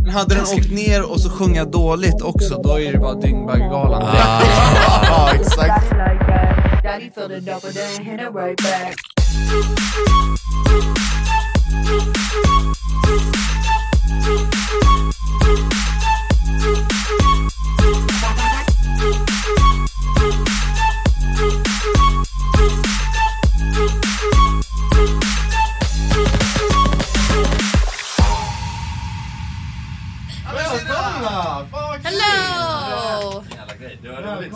Hade den åkt ner och så sjunga dåligt också, då är det bara Dyngbaggegalan. Ja, exakt. Daddy filled it up and then hit it right back. Hello! Det var roligt.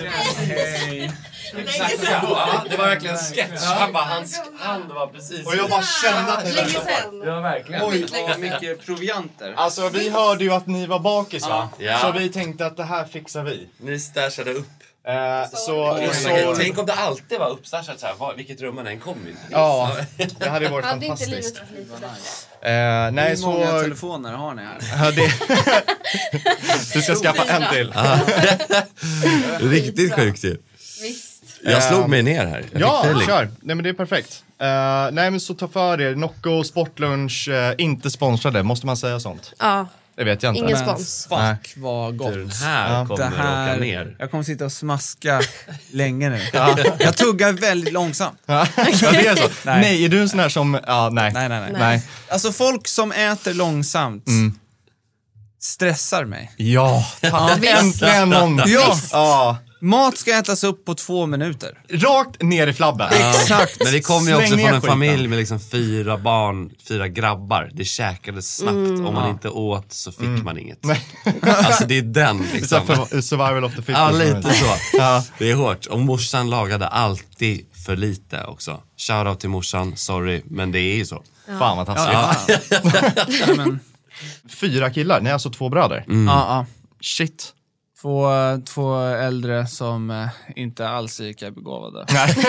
Det var verkligen sketch. Han bara, hans hand var precis. Och jag bara kände att ni Länge Ja, verkligen. Oj, vad mycket provianter. Alltså vi hörde ju att ni var bakis va? Ja. Så vi tänkte att det här fixar vi. Ni stashade upp. Så Tänk om det alltid var uppstashat så här, vilket rum man än kom in. ja, det hade varit Hade inte fantastiskt. livet varit lite Nej, Hur många så telefoner har ni här? ja, du ska skaffa en till. Riktigt sjukt ju. Visst. Jag slog mig ner här. Jag Ja, fick feeling. kör. Nej men det är perfekt. Nej men så ta för er. Nocco Sportlunch inte sponsrade. Måste man säga sånt? Ja, Det vet jag inte. ingen spons. Nej. Fuck, vad gott. Den här Ja. kommer Det här, åka ner. jag kommer sitta och smaska länge nu. Jag tuggar väldigt långsamt. Ja, det är så. Nej. Nej, är du en sån här som... Ja, nej. Nej. Alltså folk som äter långsamt stressar mig. Ja, äntligen någon. Ja. Ja. Mat ska ätas upp på 2 minuter. Rakt ner i flabben. Exakt. Men vi kommer ju också Släng ner från en skiten. familj med liksom 4 barn, 4 grabbar. Det käkades snabbt. Om man inte åt så fick man inget. Alltså det är den liksom. Survival of the fittest. Ja, lite så. Ja. Det är hårt. Och morsan lagade alltid för lite också. Shoutout till morsan, sorry. Men det är ju så. Fan vad taskigt. Ja, men, 4 killar, ni är alltså 2 bröder. ja. Shit. Två äldre som inte alls är lika begåvade.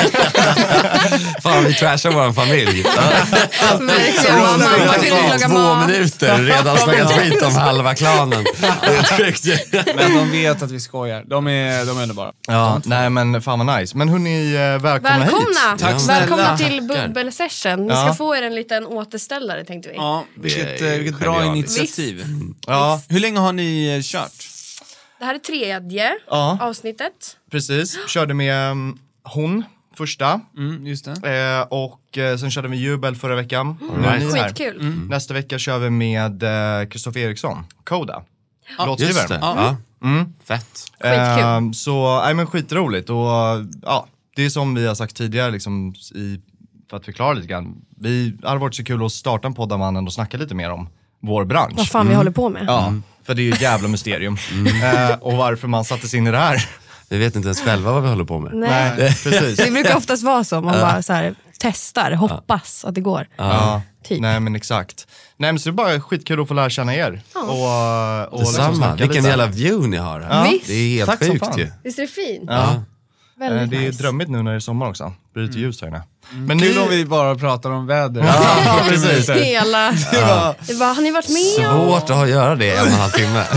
Fan, vi trashar våran familj. Verkligen. Mamma kunde inte laga 2 mat. minuter, redan snackat skit om halva klanen. Det är sjukt. Men de vet att vi skojar. De är underbara. Ja, nej men fan vad nice. Men hörni, välkomna hit. Välkomna! Tack snälla. Välkomna till Bubbel-session. Ni ska Ja. få er en liten återställare tänkte vi. Ja, Det är vilket bra genialiskt. initiativ. Ja, Hur länge har ni kört? Det här är 3:e ja, avsnittet. precis. Körde med hon första. Just det. Och sen körde vi Jubel förra veckan. Nu är Right. ni här. Skitkul. Nästa vecka kör vi med Kristoffer Eriksson, Koda. Just det. Låtskrivare. Ja. Fett. Skitkul. Så, nej men skitroligt. Och ja, det är som vi har sagt tidigare liksom, för att förklara lite grann. Vi hade varit så kul att starta en podd där man ändå snackar lite mer om vår bransch. Vad fan vi håller på med. Ja, för det är ju ett jävla mysterium. Och varför man satte sig in i det här. Vi vet inte ens själva vad vi håller på med. Nej. Precis. Det brukar oftast vara så. Man bara så här, testar, hoppas att det går. Ja, Typ. nej men exakt. Nej men så det är bara skitkul att få lära känna er. Och liksom Detsamma. snacka Vilken lite. jävla view ni har. Ja. Visst. Det är helt Tack som sjukt fan. ju. Visst är det fint? Ja. Väldigt Det är nice. drömmigt nu när det är sommar också. Det blir lite ljust här inne. Men Kul nu... om vi bara pratar om väder. Ja, precis. Hela... Det var, har ni varit med om? Svårt att göra det i 1,5 timme.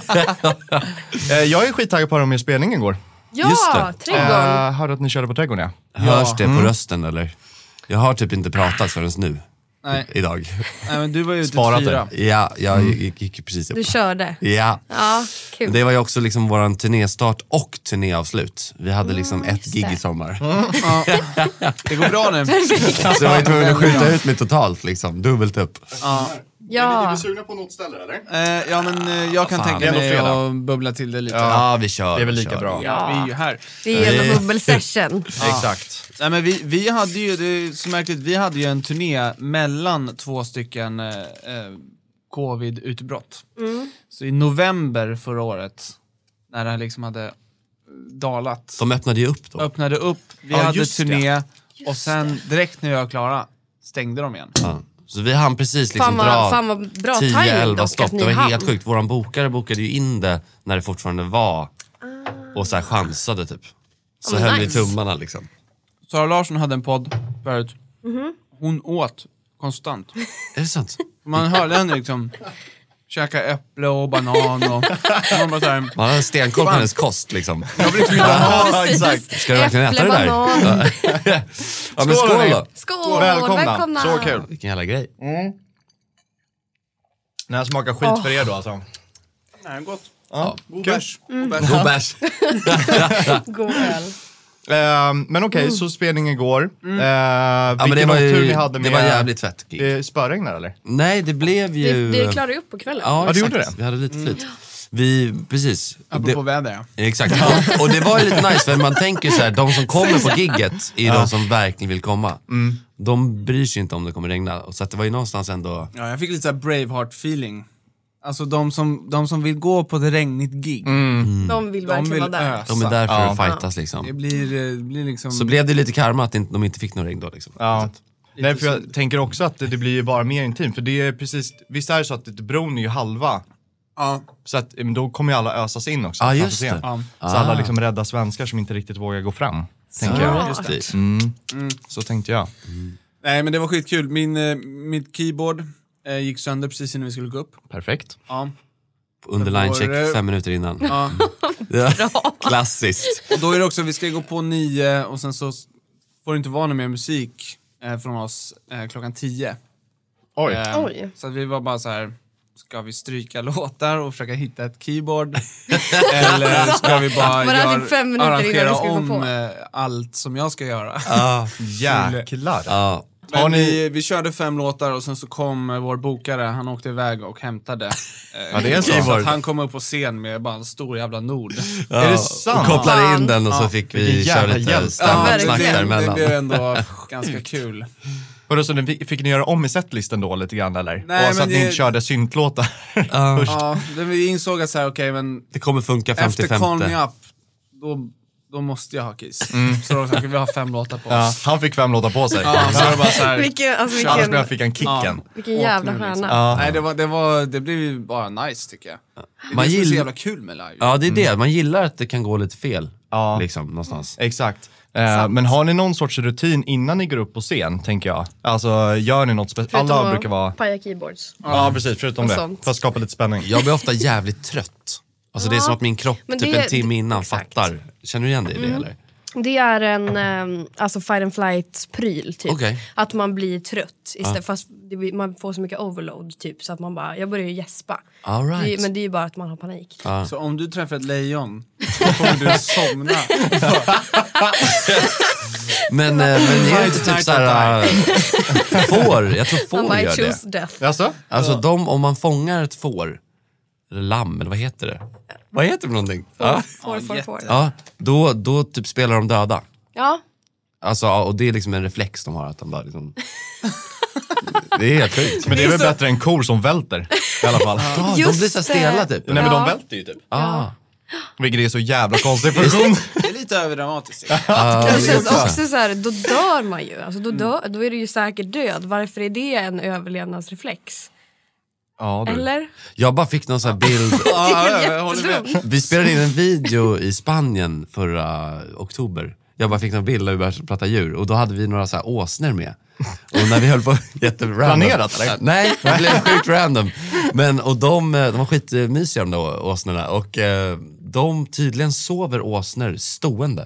Jag är skittaggad på att ha med spelningen igår. Ja, Just det. trädgården. Hörde att ni körde på trädgården, ja. Hörs det på rösten eller? Jag har typ inte pratat förrän nu. Nej. Idag. Nej, men du var ju ute Sparat till 4. Ja, jag gick ju precis upp. Du körde. Ja. Ja, kul. Det var ju också liksom våran turnéstart och turnéavslut. Vi hade liksom ett just gig det. i sommar. Det går bra nu. Så jag var tvungen att skjuta ut mig totalt liksom, dubbelt upp. Ja. sugna på något ställe eller? Ja, men jag kan Fan, tänka det är ändå mig fredag. att bubbla till det lite. Ja, vi kör. Det är väl vi lika kör. bra. Ja, vi är ju här. Det är en bubbel-session. Exakt. Nej, men vi hade ju, det är så märkligt, vi hade ju en turné mellan 2 stycken covid-utbrott. Så i november förra året, när det liksom hade dalat, De öppnade ju upp då. öppnade upp, vi Ja, hade just det. turné och sen direkt när jag var klara stängde de igen. Ja. Så vi hann precis liksom Fan vad bra timing 10-11 dock stopp. att ni Det var hann. helt sjukt. Våran bokare bokade ju in det när det fortfarande var och så här chansade typ. Så men höll vi nice. tummarna liksom. Sara Larsson hade en podd förut. Hon åt konstant. Är det sant? Man hörde henne liksom käka äpple och banan och man bara så här, Man har stenkoll på hennes kost liksom. jag vill liksom inte ha. Ja, exakt. Ska du verkligen äta det där? banan. Ja, men skål då. Skål, Välkomna. Så kul. Vilken jävla grej. Den här smakar skit för er då alltså. Nej, gott. Ja, God kul. bärs. God bärs. God öl. Men okej, så spelningen går. Ja, men Vilken otur ni hade med... det var jävligt fett gig. Spöregnar eller? Nej, det blev ju... Det klarade ju upp på kvällen. Ja, Ja, det exakt. gjorde det. Vi hade lite flyt. Vi, precis. Apropå väder, ja. Exakt. Ja, och det var ju lite nice, för man tänker så här, de som kommer på gigget är de som verkligen vill komma. De bryr sig inte om det kommer regna. Så att det var ju någonstans ändå... Ja, jag fick lite så här Braveheart-feeling. Alltså de som vill gå på ett regnigt gig. De vill verkligen vara där. ösa. De är där för att fightas Det liksom. blir liksom... Så blev det lite karma att de inte fick någon regn då liksom. Ja. Nej, för jag tänker också att det blir ju bara mer intimt. För det är precis, visst är det så att bron är ju halva. Ja. Så att då kommer ju alla ösas in också. Ja, framför just scen. det. Ja. Så alla liksom rädda svenskar som inte riktigt vågar gå fram. Tänker Ja, jag. just det. Så tänkte jag. Nej, men det var skitkul. Mitt keyboard gick sönder precis innan vi skulle gå upp. Perfekt. Ja. Under linecheck 5 minuter innan. Ja. Ja. Klassiskt. Och då är det också, vi ska gå på 9 och sen så får det inte vara någon mer musik från oss klockan 10. Oj. Oj. Så att vi var bara så här: ska vi stryka låtar och försöka hitta ett keyboard? Eller ska vi bara Var det här typ 5 minuter innan arrangera vi ska gå om på? allt som jag ska göra? Jäklar. Ja. Men vi körde 5 låtar och sen så kom vår bokare, han åkte iväg och hämtade Ja, det är så. så att han kom upp på scen med bara en stor jävla nord. Är det sant? Och kopplade in den och så Ja. fick vi Vilken köra jävla lite hjälp. snack det däremellan. blev ändå ganska kul. Och då, så fick ni göra om i setlisten då lite grann eller? Nej, och så men att ni det- inte körde syntlåtar först. Ja, vi insåg att så här, okej, men Det kommer funka efter Call 50-50. Me Up då måste jag ha Kiss. Så då ska vi ha 5 låtar på Ja, oss. han fick 5 låtar på sig. Ja, så det var bara så här, Annars fick han kicken. Vilken jävla nu, stjärna. liksom. Ja. Nej, det blev ju bara nice tycker jag. Det Man är så gillar- jävla kul med live. Ja, det är det. Man gillar att det kan gå lite fel. Ja. Liksom, någonstans. Exakt. Men har ni någon sorts rutin innan ni går upp på scen, tänker jag? Alltså, gör ni något speciellt? Alla brukar vara... Paja keyboards. Ja, precis. Förutom Och det. sånt. För att skapa lite spänning. Jag blir ofta jävligt trött. Alltså det är som att min kropp Men typ det- en timme innan exakt. fattar. Känner du igen det i det eller? Det är en alltså fight and flight-pryl typ. Okej. Att man blir trött istället, fast man får så mycket overload typ, så att man bara, jag börjar ju gäspa. All right. Men det är ju bara att man har panik. Så om du träffar ett lejon, då kommer du somna. Men ni är ju inte typ såhär får, jag tror Man får bara, I gör det. choose death. Alltså? Alltså om man fångar ett får, eller lamm, eller vad heter det? Vad heter det för någonting? Ja, Får. ja då typ spelar de döda. Ja, Alltså, ja, och det är liksom en reflex de har, att de bara liksom... Det är helt sjukt. Men det är väl bättre än kor som välter i alla fall. Ja, de Just blir så stela typ. Nej, men Ja. de välter ju typ. Ah. Vilket är så jävla konstig funktion. Det är lite överdramatiskt. tycker det känns också så här, då dör man ju. Alltså, då är det ju säkert död. Varför är det en överlevnadsreflex? Ja, du. Eller? Jag bara fick någon sån här bild. jag håller med. Jättedumt. Vi spelade in en video i Spanien förra oktober. Jag bara fick någon bild när vi började prata djur. Och då hade vi några så här åsnor med. Och när vi höll på jätterandom. Planerat, eller? Nej, det blev sjukt random. Men, och de var skitmysiga de där åsnorna. Och de tydligen sover åsnor stående.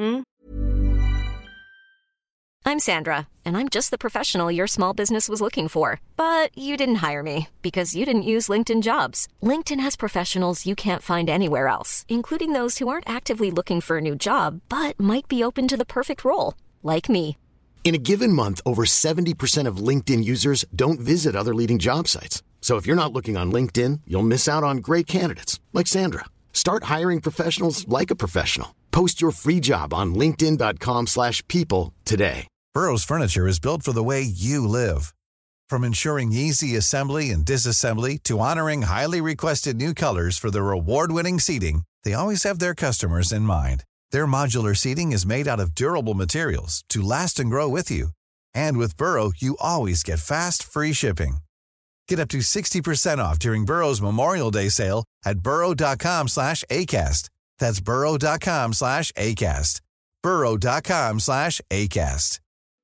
I'm Sandra, and I'm just the professional your small business was looking for. But you didn't hire me because you didn't use LinkedIn Jobs. LinkedIn has professionals you can't find anywhere else, including those who aren't actively looking for a new job, but might be open to the perfect role, like me. In a given month, over 70% of LinkedIn users don't visit other leading job sites. So if you're not looking on LinkedIn, you'll miss out on great candidates like Sandra. Start hiring professionals like a professional. Post your free job on linkedin.com/people today. Burrow's furniture is built for the way you live. From ensuring easy assembly and disassembly to honoring highly requested new colors for their award-winning seating, they always have their customers in mind. Their modular seating is made out of durable materials to last and grow with you. And with Burrow, you always get fast, free shipping. Get up to 60% off during Burrow's Memorial Day sale at burrow.com/ACAST. That's burrow.com/ACAST. burrow.com/ACAST.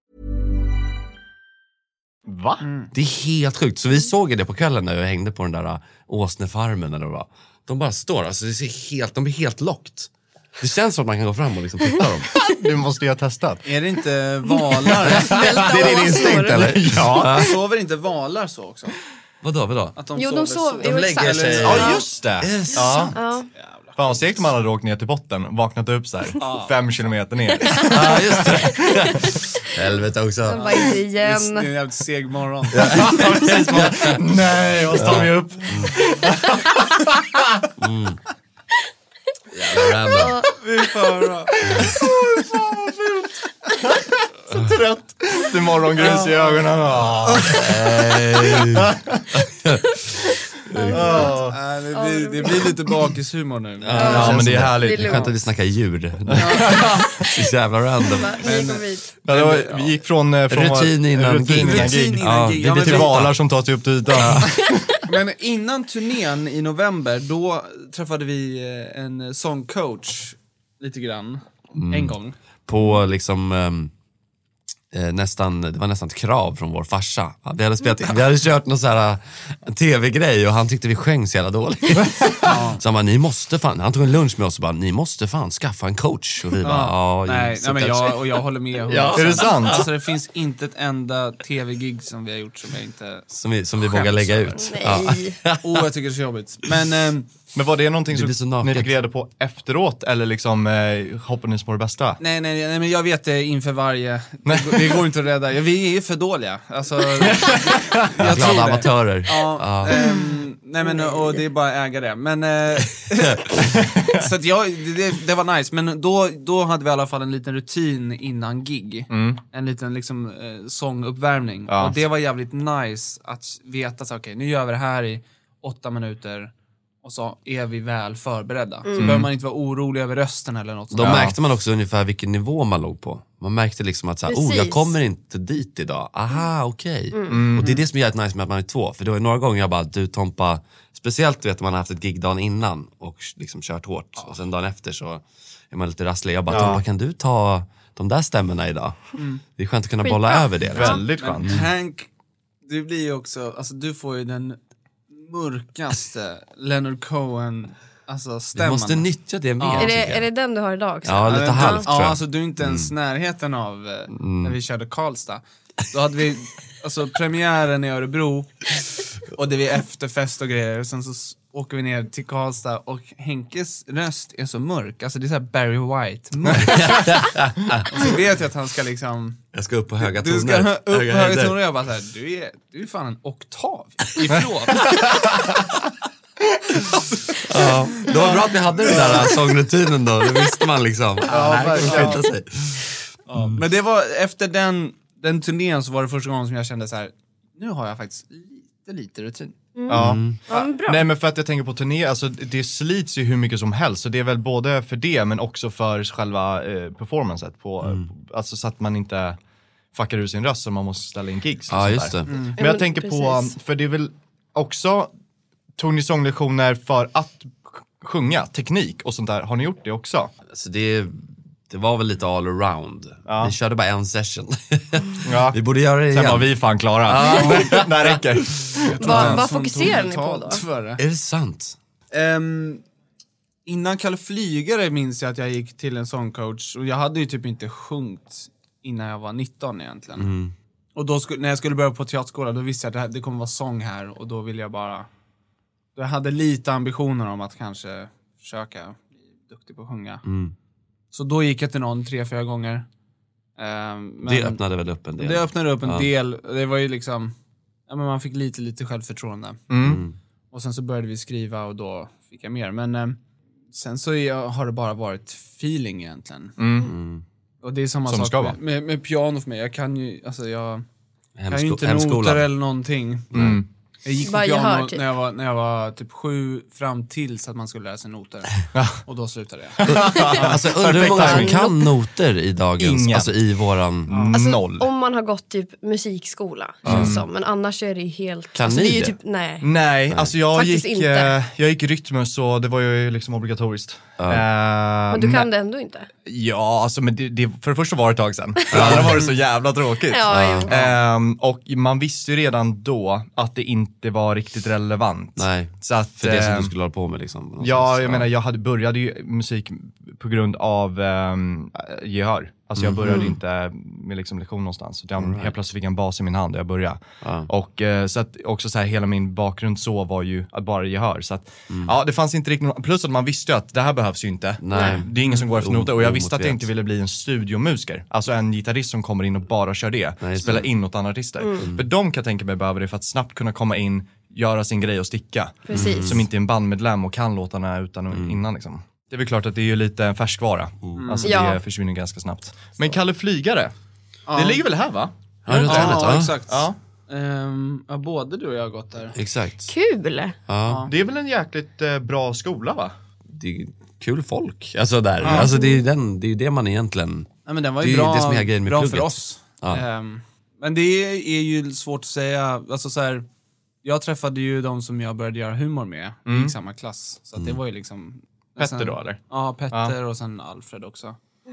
Va? Det är helt sjukt. Så vi såg det på kvällen när vi hängde på den där åsnefarmen. Eller vad. De bara står, alltså det ser helt, de blir helt lockt. Det känns som att man kan gå fram och liksom titta dem. Du måste ju ha testat. Är det inte valar? Det är din instinkt eller? Ja. Sover inte valar så också? Vadå? Att Jo, de sov. De Jo, lägger exakt. sig. Ja, just det. Yes. Ja. Ja. Fan vad segt om man hade åkt ner till botten, vaknat upp så här 5 kilometer ner. Ja, just det. Helvete också. De bara inte Det är igen. en jävligt seg morgon. Nej, vad står vi upp? Jävla random. Vi får höra. Så trött. Det är morgongrus i ögonen. Det blir lite bakishumor nu. Ja, men det är härligt. Det är skönt att vi snackar djur. Det är så jävla random. Vi gick från Rutin innan gig. Rutin innan gig. Ja, men till berätta. valar som tar sig upp till ytan. Men innan turnén i november, då träffade vi en sångcoach lite grann. En gång. På liksom det var nästan ett krav från vår farsa. Vi hade kört någon så här tv-grej och han tyckte vi sjöng så jävla dåligt. Så han bara, ni måste fan, han tog en lunch med oss och bara, ni måste fan skaffa en coach. Och vi bara, Nej, men jag håller med. Är det sant? Alltså det finns inte ett enda tv-gig som vi har gjort som jag inte som vi vågar lägga ut. Nej. jag tycker det är så jobbigt. Men var det någonting Det blir så som naket. ni fick reda på efteråt eller liksom hoppade ni på det bästa? Nej, men jag vet det inför varje. Det går inte att rädda. Vi är ju för dåliga. Alltså, jag tror Glada det. amatörer. Ja, nej men och det är bara att äga det. Men så att det var nice, men då hade vi i alla fall en liten rutin innan gig. En liten liksom sånguppvärmning. Ja. Och det var jävligt nice att veta så okej, nu gör vi det här i 8 minuter. Och så är vi väl förberedda. Så behöver man inte vara orolig över rösten eller något. Då märkte man också ungefär vilken nivå man låg på. Man märkte liksom att så här, jag kommer inte dit idag. Aha, okej. Och det är det som är jävligt nice med att man är 2. För det var några gånger jag bara, du Tompa, speciellt vet man har haft ett gig dagen innan och liksom kört hårt. Och sen dagen efter så är man lite rasslig. Jag bara, Tompa, kan du ta de där stämmorna idag? Det är skönt att kunna bolla över det. Liksom. Väldigt Men skönt. Hank, du blir ju också, alltså du får ju den mörkaste Leonard Cohen, alltså Du stämman. måste nyttja det mer. Är det den du har idag också? Ja, lite halvt tror Ja, jag. alltså du är inte ens närheten av när vi körde Karlstad. Då hade vi alltså premiären i Örebro och det är efterfest och grejer. Sen så åker vi ner till Karlstad och Henkes röst är så mörk. Alltså det är så här Barry White mörk. Och så vet jag att han ska liksom... Jag ska upp på höga toner. Du ska upp på höga toner och jag bara så här, du är fan en oktav ifrån. Ja, det var bra att vi hade den där sångrutinen då. Det visste man liksom. verkligen. Men det var efter den turnén så var det första gången som jag kände så här, nu har jag faktiskt lite rutin. Ja. Ja, men bra. Nej, men för att jag tänker på turné, alltså det slits ju hur mycket som helst. Så det är väl både för det men också för själva performancet alltså så att man inte fuckar ur sin röst så man måste ställa in gigs. Ja, just det. Men jag tänker på, för det är väl också, tog ni sånglektioner för att sjunga, teknik och sånt där, har ni gjort det också? Så det var väl lite all around. Ja. Vi körde bara en session. Ja. Vi borde göra det Sen igen. var vi fan klara. Det här räcker. Vad fokuserar ni på då? Är det sant? Innan Kalle Flygare minns jag att jag gick till en sångcoach och jag hade ju typ inte sjungit innan jag var 19 egentligen. Och då när jag skulle börja på teaterskola då visste jag att det kommer vara sång här och då ville jag bara... Jag hade lite ambitioner om att kanske försöka bli duktig på att sjunga. Så då gick jag till någon 3-4 gånger. Men Det öppnade väl upp en del. det öppnade upp en del. Det var ju liksom... Ja, men man fick lite självförtroende. Och sen så började vi skriva och då fick jag mer. Men sen så har det bara varit feeling egentligen. Och det är samma Som ska sak med piano för mig. Jag kan ju, alltså jag kan ju inte Hemskolan. noter eller någonting. Jag gick på Bara piano gehör, typ. när jag var typ 7 fram tills att man skulle lära sig noter. Och då slutade jag. Alltså undrar hur många som timing. kan noter i dagens, Ingen. alltså i våran... Alltså, Noll. om man har gått typ musikskola, känns som. Men annars är det ju helt... Kan alltså, ni det är ju det? typ, nej. Nej, alltså jag Faktiskt gick, inte. jag gick Rytmus och det var ju liksom obligatoriskt. Men du kan det ändå inte. Ja, alltså men det för det första var det ett tag sedan. För det andra var det så jävla tråkigt. Ja, jo. Och man visste ju redan då att det inte var riktigt relevant. Nej, Så att, för det som du skulle hålla på med liksom. Ja, jag menar jag började ju musik på grund av gehör. Alltså jag började inte med liksom lektion någonstans. Jag helt plötsligt fick en bas i min hand och jag började. Och så att också så här, hela min bakgrund så var ju att bara gehör. Så att ja, det fanns inte riktigt, plus att man visste ju att det här behövs ju inte. Nej. Det är ingen som går efter noter. Och jag visste att jag inte ville bli en studiomusiker. Alltså en gitarrist som kommer in och bara kör det. Spelar in åt andra artister. För de kan tänka mig behöver det för att snabbt kunna komma in, göra sin grej och sticka. Precis. Som inte är en bandmedlem och kan låtarna utan och innan liksom. Det är väl klart att det är ju lite en färskvara. Alltså det försvinner ganska snabbt. Men Kalle Flygare, det ligger väl här va? Ja, exakt. Ja. Både du och jag har gått där. Exakt. Kul! Ja. Det är väl en jäkligt bra skola va? Det är kul folk. Alltså där. Alltså det är ju det man egentligen... Nej, men den var ju det är bra, det som är grejen med bra plugget. för oss. Ja. Men det är ju svårt att säga. Alltså så här, jag träffade ju de som jag började göra humor med i samma klass. Så att det var ju liksom... Petter då eller? Ja, Petter och sen Alfred också.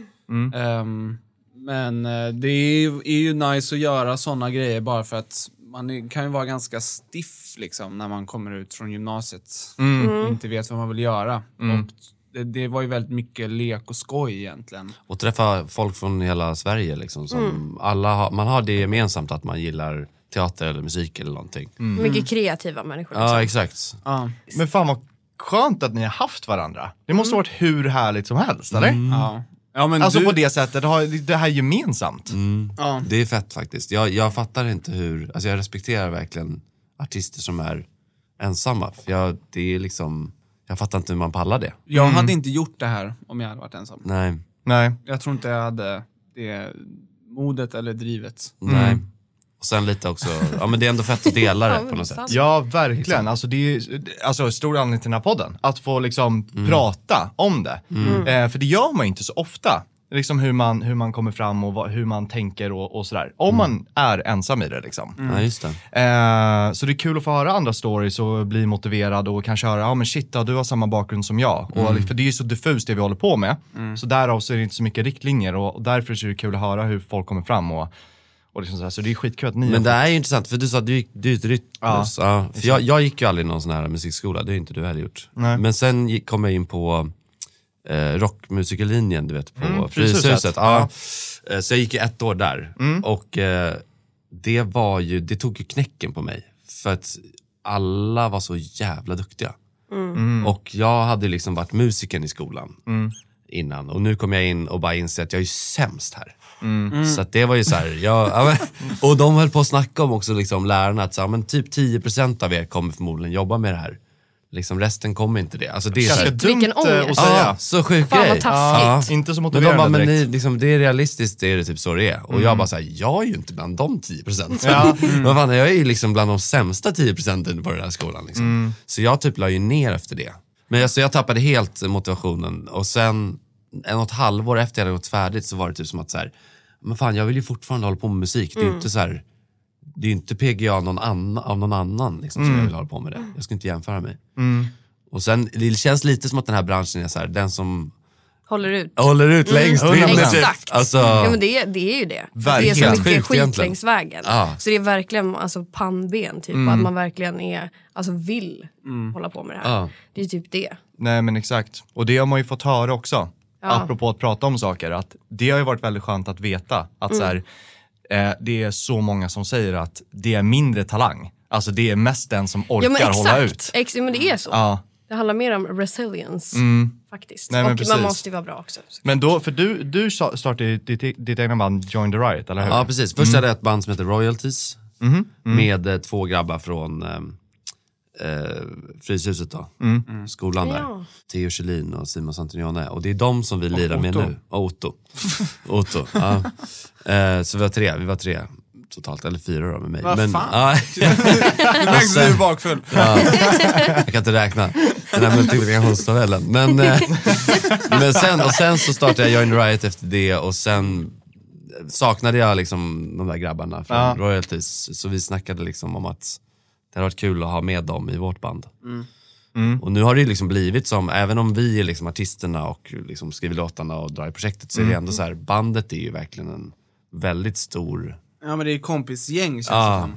Men det är ju nice att göra såna grejer bara för att man kan ju vara ganska stiff liksom när man kommer ut från gymnasiet och inte vet vad man vill göra. Och det var ju väldigt mycket lek och skoj egentligen. Och träffa folk från hela Sverige liksom, som man har det gemensamt att man gillar teater eller musik eller någonting. Mycket kreativa människor. Ja, exakt. Men fan vad skönt att ni har haft varandra. Det måste ha varit hur härligt som helst, eller? Ja, men alltså på det sättet, det här gemensamt. Det är fett faktiskt. Jag fattar inte hur... Alltså jag respekterar verkligen artister som är ensamma. För det är liksom... Jag fattar inte hur man pallar det. Jag hade inte gjort det här om jag hade varit ensam. Nej. Jag tror inte jag hade det modet eller drivet. Nej. Och sen lite också... Ja, men det är ändå fett att dela det på något sätt. Ja, verkligen. Alltså det är stor anledning till den här podden. Att få liksom prata om det. För det gör man inte så ofta. Liksom hur man kommer fram och hur man tänker och sådär. Om man är ensam i det liksom. Ja, just det. Så det är kul att få höra andra stories och bli motiverad och kanske höra, men shit, du har samma bakgrund som jag. Och, för det är ju så diffust det vi håller på med. Så därav så är det inte så mycket riktlinjer och därför så är det kul att höra hur folk kommer fram och liksom så det är skitkul att ni... Men det är ju intressant, för du sa att du är ett Rytmus. Ja. För jag gick ju aldrig någon sån här musikskola, det är inte du heller gjort. Nej. Men sen kom jag in på rockmusikerlinjen, du vet, på Fryshuset. Ja. Så jag gick ju 1 år där. Och det tog ju knäcken på mig. För att alla var så jävla duktiga. Och jag hade liksom varit musiken i skolan innan. Och nu kom jag in och bara inser att jag är sämst här. Så att det var ju så här, och de höll på att snacka om också liksom, lärarna att så, men typ 10% av er kommer förmodligen jobba med det här. Liksom, resten kommer inte det. Alltså, det är ganska dumt vilken ångest. att säga. Ja, så sjuk Fan, grej. vad taskigt. Inte så Men motiverande de bara, men direkt. liksom, det är realistiskt, det är det typ så det är. Och jag bara såhär, jag är ju inte bland de 10%. Vad fan, jag är ju liksom bland de sämsta 10% på den här skolan liksom. Så jag typ la ju ner efter det. Men alltså, jag tappade helt motivationen. Och sen, 1,5 halvår efter jag hade gått färdigt så var det typ som att så här, men fan, jag vill ju fortfarande hålla på med musik. Det är ju inte så här, det är ju inte PGA av någon annan liksom, som jag vill hålla på med det. Jag ska inte jämföra mig. Och sen, det känns lite som att den här branschen är så här, den som håller ut längst. Exakt. Alltså, ja, men det är ju det. Det är så mycket Sjukt skit egentligen. längs vägen. Så det är verkligen alltså, pannben typ. Att man verkligen vill hålla på med det här. Det är typ det. Nej men exakt. Och det har man ju fått höra också. Apropå att prata om saker. Att det har ju varit väldigt skönt att veta. Att så här, det är så många som säger att det är mindre talang. Alltså det är mest den som orkar hålla ut. Men det är så. Ja. Det handlar mer om resilience faktiskt. Nej, och precis. man måste ju vara bra också. Men då, för du startade ditt egna band Join the Riot, eller hur? ja, precis. Först hade jag ett band som heter Royalties. Med 2 grabbar från Fryshuset då. Skolan där. Theo Kjellin och Simon Santinione. Och det är de som vi lirar med nu. Och Otto. Ja. Så vi var 3 totalt, eller 4 då med mig. Vad fan? Ja. Du märks du är bakfull. Ja, jag kan inte räkna den här multiplikationstabellen. Men sen så startade jag Join the Riot efter det. Och sen saknade jag liksom de där grabbarna från Royalties. Så vi snackade liksom om att det hade varit kul att ha med dem i vårt band. Och nu har det liksom blivit som, även om vi är liksom artisterna och liksom skriver låtarna och drar i projektet, så är det ändå så här, bandet är ju verkligen en väldigt stor... Ja, men det är kompisgäng känns det som.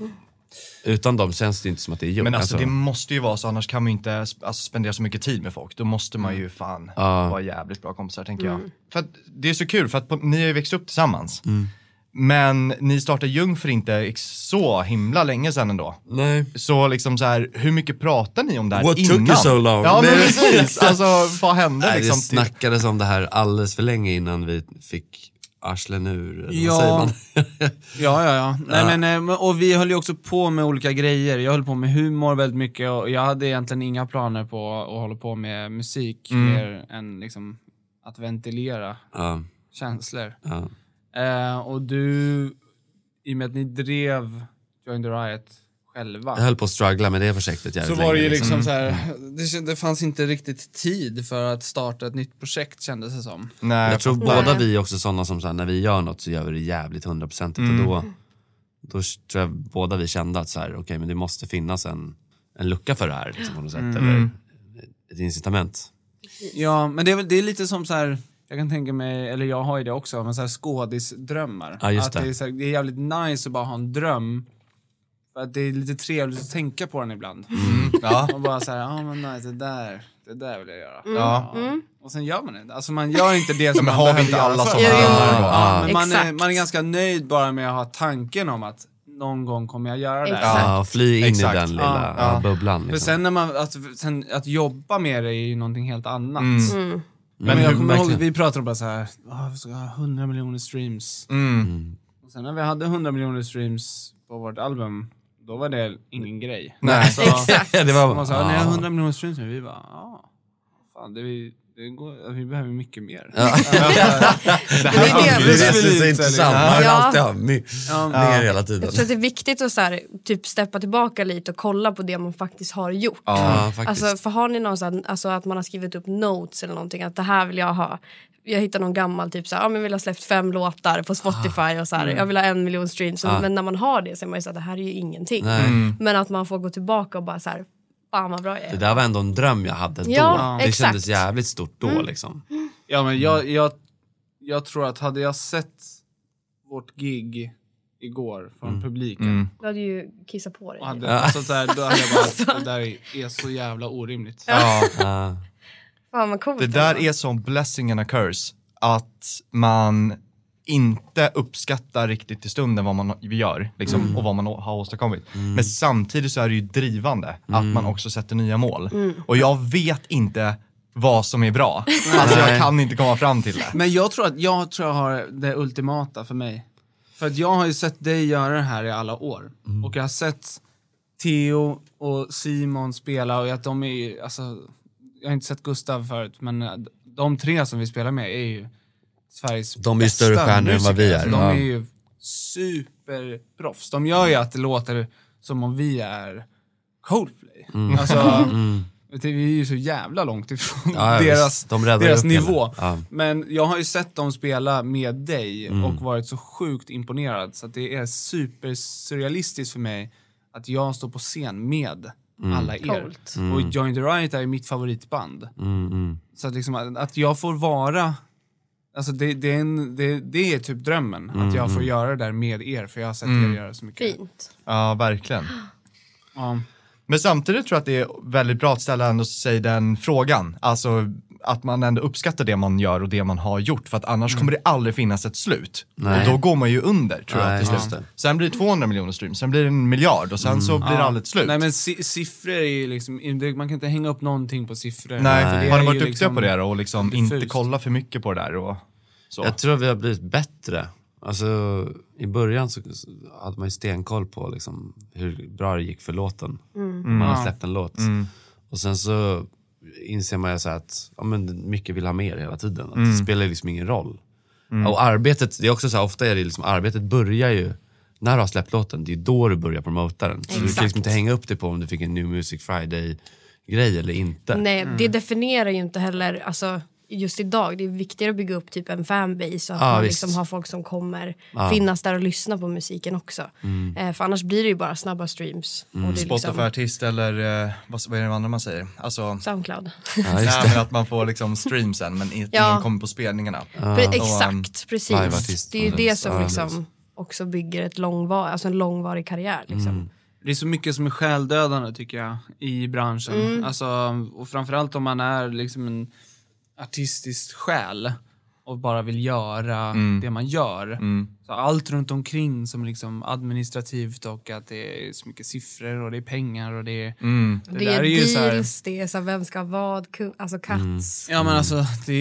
Utan dem känns det inte som att det är gjort. Men alltså det måste ju vara så, annars kan man ju inte spendera så mycket tid med folk. Då måste man ju vara jävligt bra kompisar, tänker jag. För att det är så kul, för att ni har ju växt upp tillsammans. Men ni startade Ljung för inte så himla länge sedan ändå. Nej. Så liksom så här, hur mycket pratar ni om det här What innan? took you so long? Ja, men precis. Alltså, vad hände Nej, liksom? det snackades om det här alldeles för länge innan vi fick arslen ur. Eller vad säger man? Ja. Nej, men, och vi höll ju också på med olika grejer. Jag höll på med humor väldigt mycket och jag hade egentligen inga planer på att hålla på med musik mer än liksom att ventilera känslor. Och du, i och med att ni drev Join the Riot själva. Jag höll på att struggla med det projektet jävligt så var det ju länge, liksom så här, det fanns inte riktigt tid för att starta ett nytt projekt, kändes det som. Nej, jag tror båda vi är också sådana som så här, när vi gör något så gör vi det jävligt 100%. Och då tror jag båda vi kände att så här, okej, men det måste finnas en lucka för det här liksom, på något sätt, eller ett incitament. Ja, men det är lite som så här, jag kan tänka mig, eller jag har ju det också, men så här skådisdrömmar. Ja, just att det. Det är, så här, det är jävligt nice att bara ha en dröm. För att det är lite trevligt att tänka på den ibland. Och bara så här, men nice, det där vill jag göra. Och sen gör man det. Alltså man gör inte det som man behöver inte alla göra. Men man är ganska nöjd bara med att ha tanken om att någon gång kommer jag göra det. Ja, fly in i den lilla bubblan. Liksom. För sen när man, att jobba med det är ju någonting helt annat. Men jag kommer ihåg, vi pratade bara så här, vi ska ha 100 miljoner streams. Och sen när vi hade 100 miljoner streams på vårt album, då var det ingen grej. Nej, alltså, exakt. Det var man sa, när jag har 100 miljoner streams nu, vi bara, fan, vi behöver mycket mer. Det är så intressant. Man vill alltid ha mer hela tiden. Jag tror att det är viktigt att så här, typ steppa tillbaka lite och kolla på det man faktiskt har gjort. Alltså, för har ni någonstans, alltså att man har skrivit upp notes eller någonting, att det här vill jag ha. Jag hittar någon gammal typ så här, men vill ha släppt 5 låtar på Spotify och så här, jag vill ha 1 miljon streams. Men när man har det så är man ju så att det här är ju ingenting. Men att man får gå tillbaka och bara så här, fan vad bra jag är. Det där var ändå en dröm jag hade då. Det exakt. kändes jävligt stort då liksom. Ja, men jag tror att hade jag sett vårt gig igår från publiken. Du hade ju kissat på dig. Alltså, då hade jag bara, det där är så jävla orimligt. Fan vad coolt. Det där är som blessing and a curse. Att man inte uppskattar riktigt i stunden vad man gör liksom, och vad man har åstadkommit. Men samtidigt så är det ju drivande att man också sätter nya mål. Och jag vet inte vad som är bra. Alltså jag kan inte komma fram till det. Men jag tror jag har det ultimata för mig. För att jag har ju sett dig göra det här i alla år. Och jag har sett Theo och Simon spela, och att de är, alltså, jag har inte sett Gustav förut, men de 3 som vi spelar med är ju Sveriges bästa. De är större stjärnor än vad vi är. Alltså, de är ju superproffs. De gör ju att det låter som om vi är Coldplay. Alltså, vi är ju så jävla långt ifrån deras nivå. Men jag har ju sett dem spela med dig och varit så sjukt imponerad. Så att det är supersurrealistiskt för mig att jag står på scen med alla er. Och Join the Riot är mitt favoritband. Så att, liksom, att jag får vara, alltså det är typ drömmen. Att jag får göra det där med er, för jag har sett er göra så mycket. Fint. Ja, verkligen. Men samtidigt tror jag att det är väldigt bra att ställa ändå sig den frågan. Alltså att man ändå uppskattar det man gör och det man har gjort. För att annars kommer det aldrig finnas ett slut. Och då går man ju under, tror jag, till slut. Sen blir det 200 miljoner streams, sen blir det 1 miljard och sen så blir det aldrig ett slut. Nej, men siffror är ju liksom, man kan inte hänga upp någonting på siffror. Nej, för det har ni är varit ju duktiga liksom på det och liksom inte kolla för mycket på det där och så? Jag tror vi har blivit bättre. Alltså i början så hade man ju stenkoll på liksom hur bra det gick för låten. Man har släppt en låt. Och sen så inser man ju så att mycket vill ha mer hela tiden. Att det spelar liksom ingen roll. Och arbetet, det är också så här, ofta är det liksom, arbetet börjar ju när du har släppt låten, det är då du börjar promota den. Så du kan liksom inte hänga upp det på om du fick en New Music Friday-grej eller inte. Nej, det definierar ju inte heller, alltså just idag, det är viktigare att bygga upp typ en fanbase så att man liksom har folk som kommer finnas där och lyssna på musiken också. För annars blir det ju bara snabba streams. Och det är Spotify-artist eller vad är det andra man säger? Alltså, Soundcloud. Nej, men att man får liksom streamsen men ingen kommer på spelningarna. Exakt, precis. Det är ju det som liksom också bygger en långvarig karriär liksom. Det är så mycket som är själdödande tycker jag i branschen. Alltså, och framförallt om man är liksom en artistisk själ och bara vill göra det man gör. Så allt runt omkring som liksom administrativt och att det är så mycket siffror och det är pengar och det är... Det är deals, det är så här, vem ska vad, alltså cuts. Ja men alltså det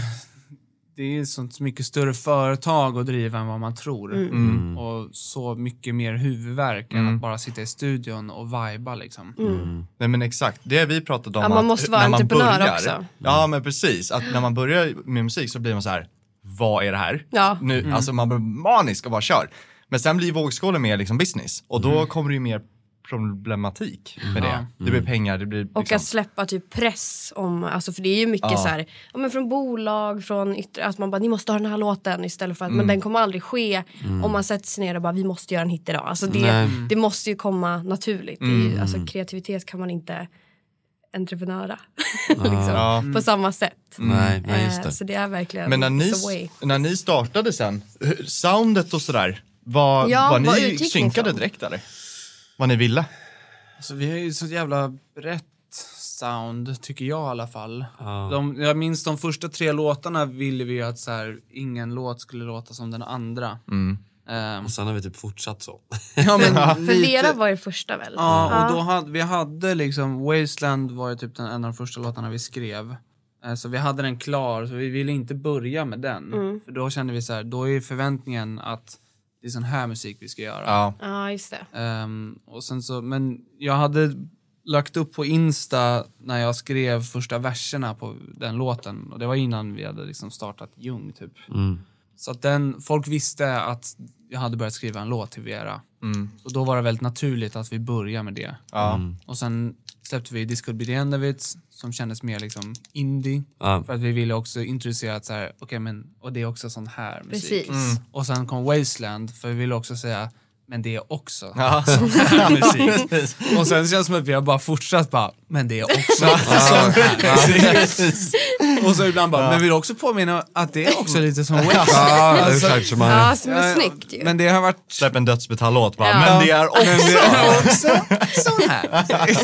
är sånt mycket större företag att driva än vad man tror. Och så mycket mer huvudvärk än att bara sitta i studion och viba liksom. Nej men exakt, det vi pratade om. Ja, man måste vara entreprenör också. Ja men precis, att när man börjar med musik så blir man så här: vad är det här? Ja. Nu, alltså man blir manisk och bara kör. Men sen blir vågskålen mer liksom business. Och då kommer det ju mer problematik med det. Det blir pengar, det blir liksom... Och att släppa typ press om, alltså för det är ju mycket så här, ja, men från bolag, från yttre, att man bara, ni måste ha den här låten istället för att, men den kommer aldrig ske om man sätter sig ner och bara, vi måste göra en hit idag. Alltså det måste ju komma naturligt. Det är ju, alltså kreativitet kan man inte entreprenöra liksom, på samma sätt. Nej, just det. Så det är verkligen. Men när ni startade sen, soundet och sådär, var ni synkade direkt eller? Vad ni ville? Alltså, vi har ju så jävla brett sound, tycker jag i alla fall. Jag minns de första 3 låtarna ville vi att så här, ingen låt skulle låta som den andra. Och sen har vi typ fortsatt så. Ja, men Fundera var det första väl? Ja, och då vi hade liksom, Wasteland var ju typ en av de första låtarna vi skrev. Så vi hade den klar, så vi ville inte börja med den. För då kände vi så här, då är förväntningen att det är sån här musik vi ska göra. Ja, just det. Och sen så, men jag hade lagt upp på Insta när jag skrev första verserna på den låten. Och det var innan vi hade liksom startat Jung typ. Så att folk visste att jag hade börjat skriva en låt till Vera. Och då var det väldigt naturligt att vi började med det. Och sen släppte vi This Could Be The End of It, som kändes mer liksom indie. För att vi ville också introducera att så här, men och det är också sån här musik. Och sen kom Wasteland, för vi ville också säga, men det är också sån här musik. Och sen känns det som att vi har bara fortsatt bara, men det är också sån här musik. Och så ibland bara, men vi vill också påminna att det är också lite som Wasteland. Som är snyggt ju. Men det har varit... Släpp en dödsmetallåt va? Men det är också sån här.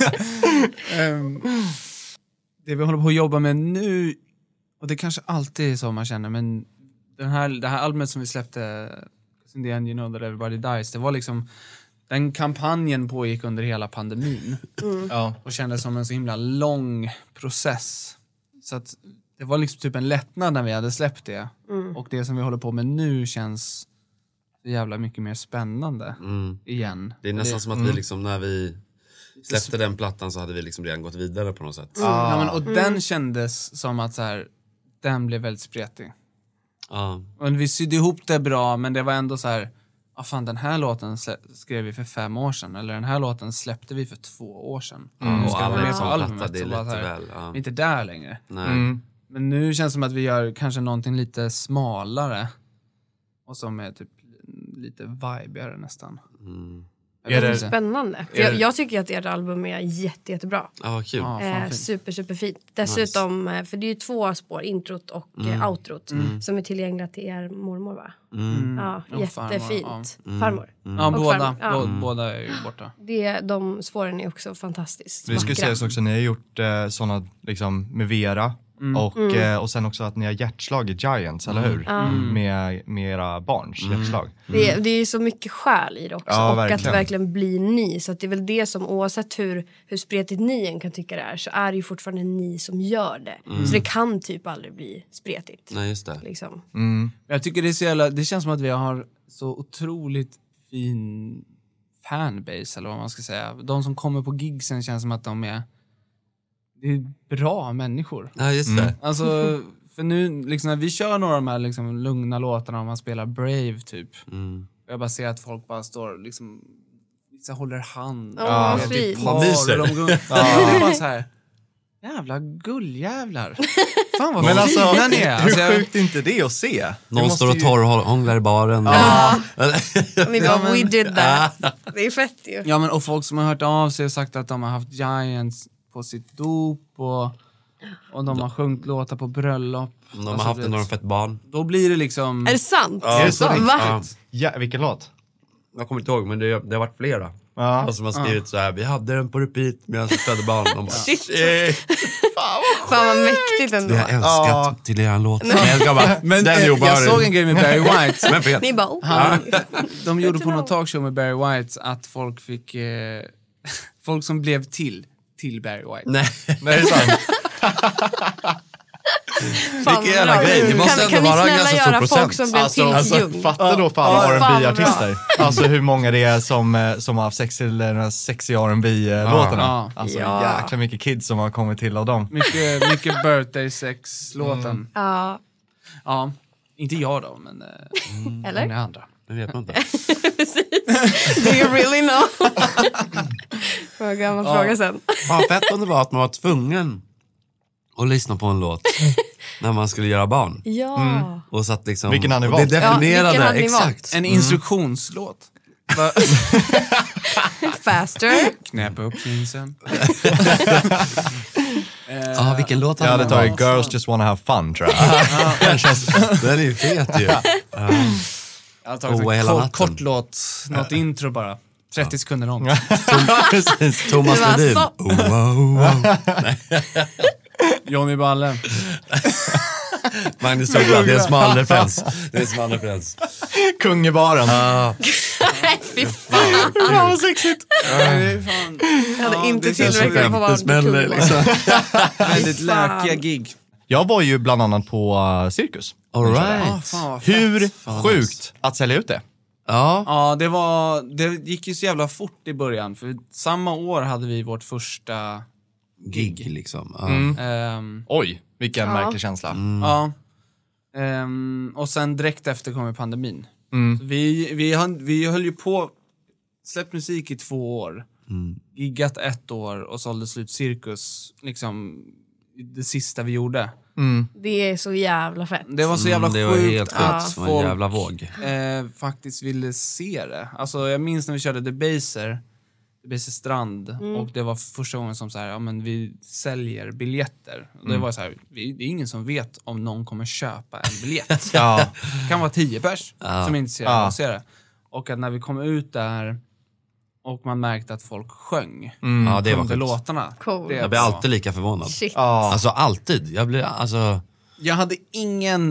Det vi håller på att jobba med nu, och det kanske alltid är så man känner, men det här albumet som vi släppte, In the End You Know That Everybody Dies, det var liksom, den kampanjen pågick under hela pandemin. Och kändes som en så himla lång process. Så att det var liksom typ en lättnad när vi hade släppt det. Och det som vi håller på med nu känns så jävla mycket mer spännande igen. Det är nästan som att vi liksom, när vi släppte den plattan så hade vi liksom redan gått vidare på något sätt. Ja, men, och den kändes som att så här, den blev väldigt spretig. Och vi sydde ihop det bra, men det var ändå så här, fan, den här låten skrev vi för 5 år sedan, eller den här låten släppte vi för 2 år sedan. Nu ska vi med på albumet, det är lite väl, vi är inte där längre. Men nu känns det som att vi gör kanske någonting lite smalare och som är typ lite vibigare nästan. Är det spännande? För jag tycker att ert album är jättebra. Kul. Superfint. Dessutom, för det är ju 2 spår, introt och outrot, som är tillgängliga till er mormor va? Jättefint. Farmor. Båda är ju borta. De spåren är också fantastiskt. Vi ska säga också, ni har gjort sådana liksom med Vera. Och sen också att ni har hjärtslag i Giants, eller hur? Med era barns hjärtslag. Det är så mycket själ i det också. Och verkligen. Att det verkligen blir ni. Så att det är väl det som, oavsett hur spretigt ni än kan tycka det är, så är det ju fortfarande ni som gör det. Så det kan typ aldrig bli spretigt. Nej, just det. Liksom. Jag tycker det är så jävla, det känns som att vi har så otroligt fin fanbase, eller vad man ska säga. De som kommer på gigsen känns som att det är bra människor. Ja, just det. Alltså, för nu liksom, när vi kör några av de här liksom, lugna låtarna, om man spelar Brave typ. Jag bara ser att folk bara står liksom, vissa håller hand. Vad fint. Man myser. Det är bara så här, jävla gulljävlar. Fan vad men fina alltså, ni är. Hur sjukt är inte det att se? Någon står och torrhånglar i baren. Vi bara, we did that. Det är fett ju. Ja, men och folk som har hört av sig och sagt att de har haft Giants på sitt dop och de har sjungit låtar på bröllop. De har haft en några fett barn. Då blir det liksom... Är det sant? Är det sant? Va? Ja, vilken låt? Jag kommer inte ihåg, men det har varit flera. Och som har skrivit så här: vi hade den på repeat medan vi födde barn. De bara, Shit. Fan vad mäktigt ändå. vi har älskat till er låt. Men jag såg en grej med Barry White. Men fel. Ni bara, De gjorde på något talkshow med Barry White att folk fick... folk som blev till Barry White. Nej, Nej, det är sant. vilken jävla grej. Det måste ändå vara en ganska stor procent. Folk som blev till Jung? Fatta då för alla R&B-artister. Alltså hur många det är som har haft sexiga R&B-låtarna. Ja. Alltså jäkla mycket kids som har kommit till av dem. Mycket birthday sex-låten. Ja. Ja, inte jag då, men Eller? många andra. Det vet man inte. Precis. Do you really know? Fråga man fråga sen. Fan fett om det var att man var tvungen att lyssna på en låt när man skulle göra barn. Ja. Och satt liksom, Vilken hade ni och det valt? definierade, vilken hade ni valt? exakt. En instruktionslåt. Faster. Knäppa upp jeansen. Vilken låt Jag hade hade man tagit valt? Girls Just Wanna Have Fun, tror jag. Den är ju fet ju. Jag har tagit hela en natten. kort låt, något intro bara. 30 sekunder långt. Precis. Thomas Det var Ledin. så- Wow. Johnny Balle. Magnus Uggla, det är en smal referens. Det är en smal referens. Kung i baren. Fy fan. Fan vad sexigt. Jag hade inte det känns tillräckligt som för att vara Det smäller kung. liksom. Väldigt Fan. läkiga gig. Jag var ju bland annat på Cirkus. All right. Fan vad fett. Hur sjukt att sälja ut det. Ja. Ja, det gick ju så jävla fort i början. För samma år hade vi vårt första Gig liksom. Ja. Oj, vilken märklig känsla. Ja. Och sen direkt efter kom pandemin. Så vi höll ju på, släppt musik i 2 år. Giggat 1 år och sålde slut Cirkus. Liksom det sista vi gjorde. Det är så jävla fett. Det var så jävla Det var sjukt helt att sjukt. Det var en folk jävla våg. faktiskt ville se det. Alltså jag minns när vi körde Debaser Strand och det var första gången som så här, ja men vi säljer biljetter. Och det var så här, det är ingen som vet om någon kommer köpa en biljett. Ja. Det kan vara 10 pers som är intresserade av att se det. Och att när vi kom ut där och man märkte att folk sjöng Ja, det var under sjukt. låtarna. Cool. Det Jag blir var- alltid lika förvånad. Shit. Alltså alltid. Jag blir alltså... Jag hade ingen...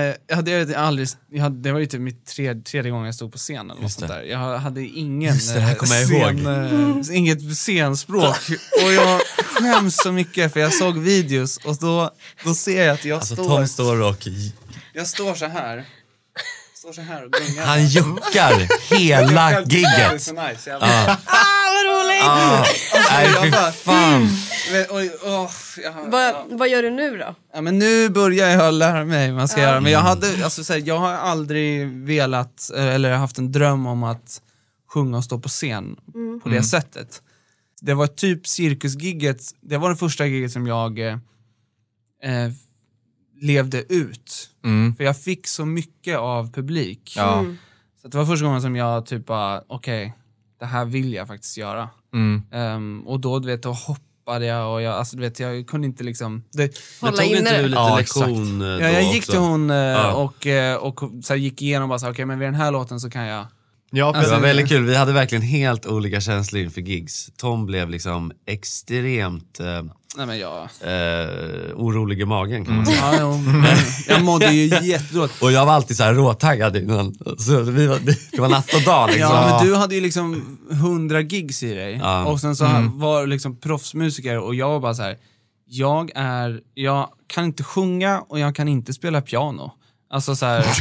det var ju typ mitt tredje gång jag stod på scenen. Eller något sånt där. Jag hade ingen det här kommer jag ihåg. inget scenspråk. Och jag skäms så mycket för jag såg videos och då ser jag att jag Alltså Tom står och... Jag står så här. Och gungar. Han juckar hela Det är gigget. så nice. Jag Vad roligt! Nej, fy fan. Vad gör du nu då? Ja, men nu börjar jag lära mig vad man ska göra. Men jag hade, alltså, så här, jag har aldrig velat eller haft en dröm om att sjunga och stå på scen på det sättet. Det var typ cirkusgigget, det var det första gigget som jag levde ut. För jag fick så mycket av publik. Ja. Så det var första gången som jag typ bara, okej, det här vill jag faktiskt göra. Och då, du vet, då hoppade jag och jag kunde inte liksom... Hålla Tog inne inte du det. lite lektion då jag gick också? till hon och så här, gick igenom och sa, okej, men vid den här låten så kan jag... Ja, Det var väldigt kul, vi hade verkligen helt olika känslor inför gigs. Tom blev liksom extremt Nej, men jag... orolig i magen kan man säga. Ja, jo, jag mådde ju jättedåligt. Och jag var alltid så här råtaggad innan. Så det var natt och dag liksom. Ja, men du hade ju liksom 100 gigs i dig. Ja. Och sen så var du liksom proffsmusiker och jag var bara så här, jag kan inte sjunga och jag kan inte spela piano. Alltså så här...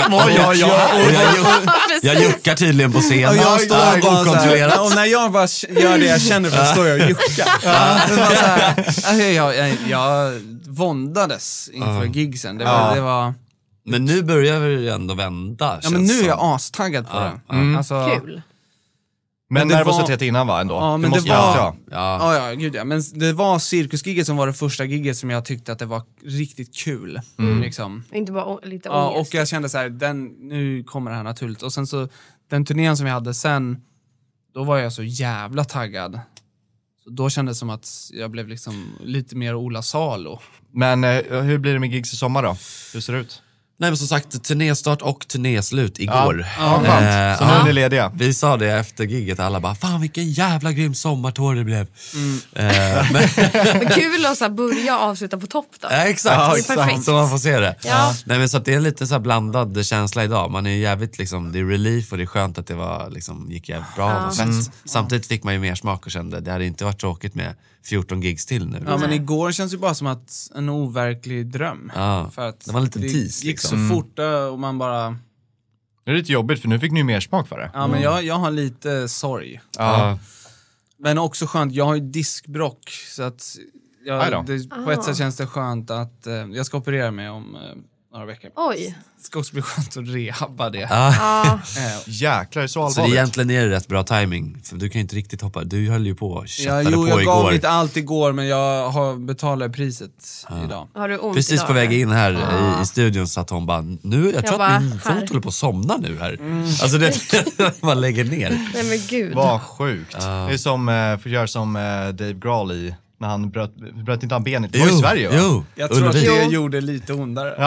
Jag juckar tydligen på scenen. Och jag står bara så här, okontrollerat. och när jag bara gör det jag känner för, står jag och juckar. Det var så här, alltså, jag våndades inför gigsen. Det var... Men nu börjar vi ändå vända. Ja, men nu känns är jag som. astaggad på det. Alltså, Kul. Men det nervositet innan va ändå? Ja, men måste det var... vara. Ja, gud ja. Men det var cirkusgigget som var det första gigget som jag tyckte att det var riktigt kul. Liksom. Inte bara lite Ja, ångest. och jag kände så här, nu kommer det här naturligt. Och sen så, den turnén som jag hade sen, då var jag så jävla taggad. Så då kändes det som att jag blev liksom lite mer Ola Salo. Men hur blir det med gigs i sommar då? Hur ser det ut? Nej, men som sagt, turnérstart och turnéslut igår. Så nu är ni lediga. Vi sa det efter gigget, alla bara, fan vilken jävla grym sommartour det blev. Men kul att så här börja och avsluta på topp då. Exakt, så man får se det. Ja. Nej, men så att det är lite så här blandad känsla idag. Man är jävligt liksom, det är relief och det är skönt att det var, liksom, gick jävligt bra. Samtidigt fick man ju mer smak och kände, det hade inte varit tråkigt med 14 gigs till nu. Ja, men igår känns ju bara som att en overklig dröm. För att det var en liten tease. Det gick så fort och man bara... Det är lite jobbigt för nu fick ni mer smak för det. Ja, men jag har lite sorg. Men också skönt, jag har ju diskbrock så att på ett sätt känns det skönt att jag ska operera mig om några veckor. Oj. Det ska också bli skönt att rehabba det. Jäklar, så allvarligt. Så det egentligen är det rätt bra timing. För du kan ju inte riktigt hoppa. Du höll ju på och chattade på jag igår. gav inte allt igår, men jag har betalat priset idag. Har du ont precis idag, på väg in här i studion så att hon bara, jag tror att min fot håller på att somna nu här. Alltså det man lägger ner. Nej men gud. Vad sjukt. Det är som, får göra som Dave Grohl i när han bröt inte han benet. Det var i Sverige, va? Jo. Jag tror att det gjorde lite ondare.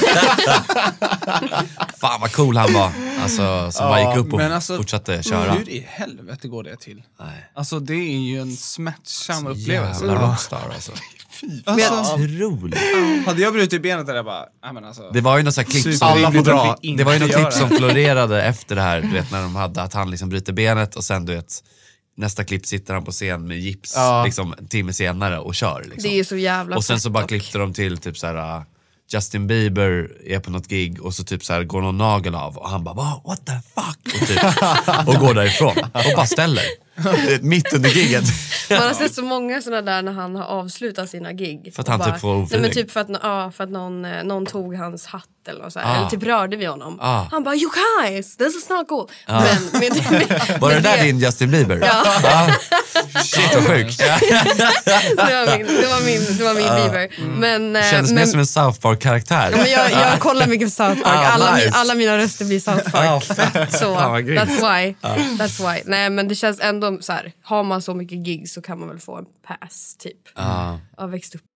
Fan vad cool han var. Alltså, som bara gick upp och fortsatte köra. Hur i helvete går det till? Nej. Alltså det är ju en smärtsam upplevelse. Jävla rockstar alltså. Otroligt. Hade jag brutit benet där jag bara, men alltså, det var ju något så här klipp som alla får dra. Det var ju något klipp som florerade efter det här, du vet, när de hade att han liksom bryter benet och sen du vet nästa klipp sitter han på scen med gips liksom en timme senare och kör liksom. Det är så jävla och sen så bara klippte de till typ så här Justin Bieber är på något gig och så typ så här går någon nagel av och han bara what the fuck och, typ, och går därifrån och bara ställer mitt under giget. Man har sett så många sådana där när han har avslutat sina gig. För att han bara, typ får ofrivillig. Nej, men typ för att någon tog hans hatt eller något så här. Eller typ rörde vi honom. Han bara, you guys, this is not cool. Men var det där din Justin Bieber? Ja. Shit vad sjukt. Det var min Bieber. Men kändes mer som en South Park-karaktär. Ja, men jag kollar mycket på South Park. Alla mina röster blir South Park. Så that's why. Nej, men det känns ändå så här, har man så mycket gigs så kan man väl få en pass typ. Av växt upp.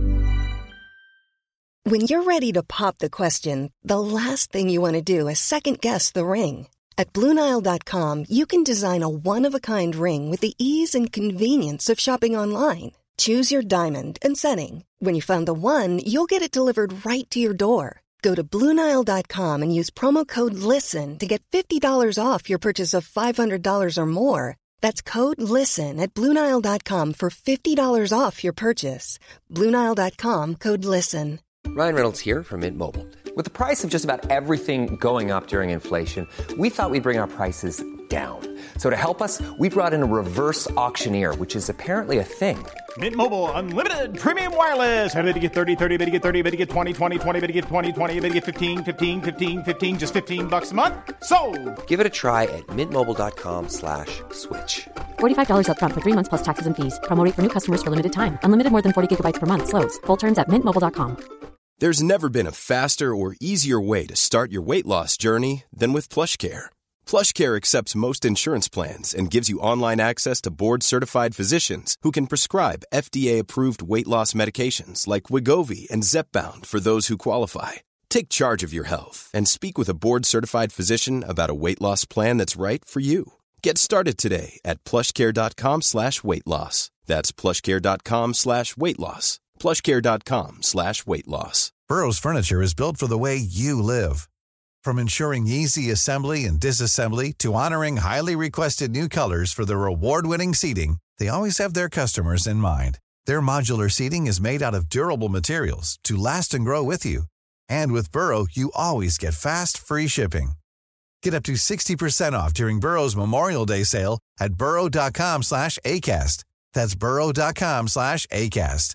When you're ready to pop the question, the last thing you want to do is second guess the ring. At BlueNile.com you can design a one-of-a-kind ring with the ease and convenience of shopping online. Choose your diamond and setting. When you find the one, you'll get it delivered right to your door. Go to BlueNile.com and use promo code LISTEN to get $50 off your purchase of $500 or more. That's code LISTEN at BlueNile.com for $50 off your purchase. BlueNile.com, code LISTEN. Ryan Reynolds here from Mint Mobile. With the price of just about everything going up during inflation, we thought we'd bring our prices down. So to help us, we brought in a reverse auctioneer, which is apparently a thing. Mint Mobile Unlimited Premium Wireless. How to get 30, 30, how to get 30, how to get 20, 20, 20, how to get 20, 20, how to get 15, 15, 15, 15, just $15 a month? Sold! Give it a try at mintmobile.com/switch. $45 up front for 3 months plus taxes and fees. Promo rate for new customers for limited time. Unlimited more than 40 gigabytes per month. Slows full terms at mintmobile.com. There's never been a faster or easier way to start your weight loss journey than with PlushCare. PlushCare accepts most insurance plans and gives you online access to board-certified physicians who can prescribe FDA-approved weight loss medications like Wegovy and Zepbound for those who qualify. Take charge of your health and speak with a board-certified physician about a weight loss plan that's right for you. Get started today at plushcare.com/weight loss. That's plushcare.com/weight loss. plushcare.com/weight loss. Burrow's furniture is built for the way you live. From ensuring easy assembly and disassembly to honoring highly requested new colors for their award-winning seating, they always have their customers in mind. Their modular seating is made out of durable materials to last and grow with you. And with Burrow, you always get fast, free shipping. Get up to 60% off during Burrow's Memorial Day sale at burrow.com/ACAST. That's burrow.com/ACAST.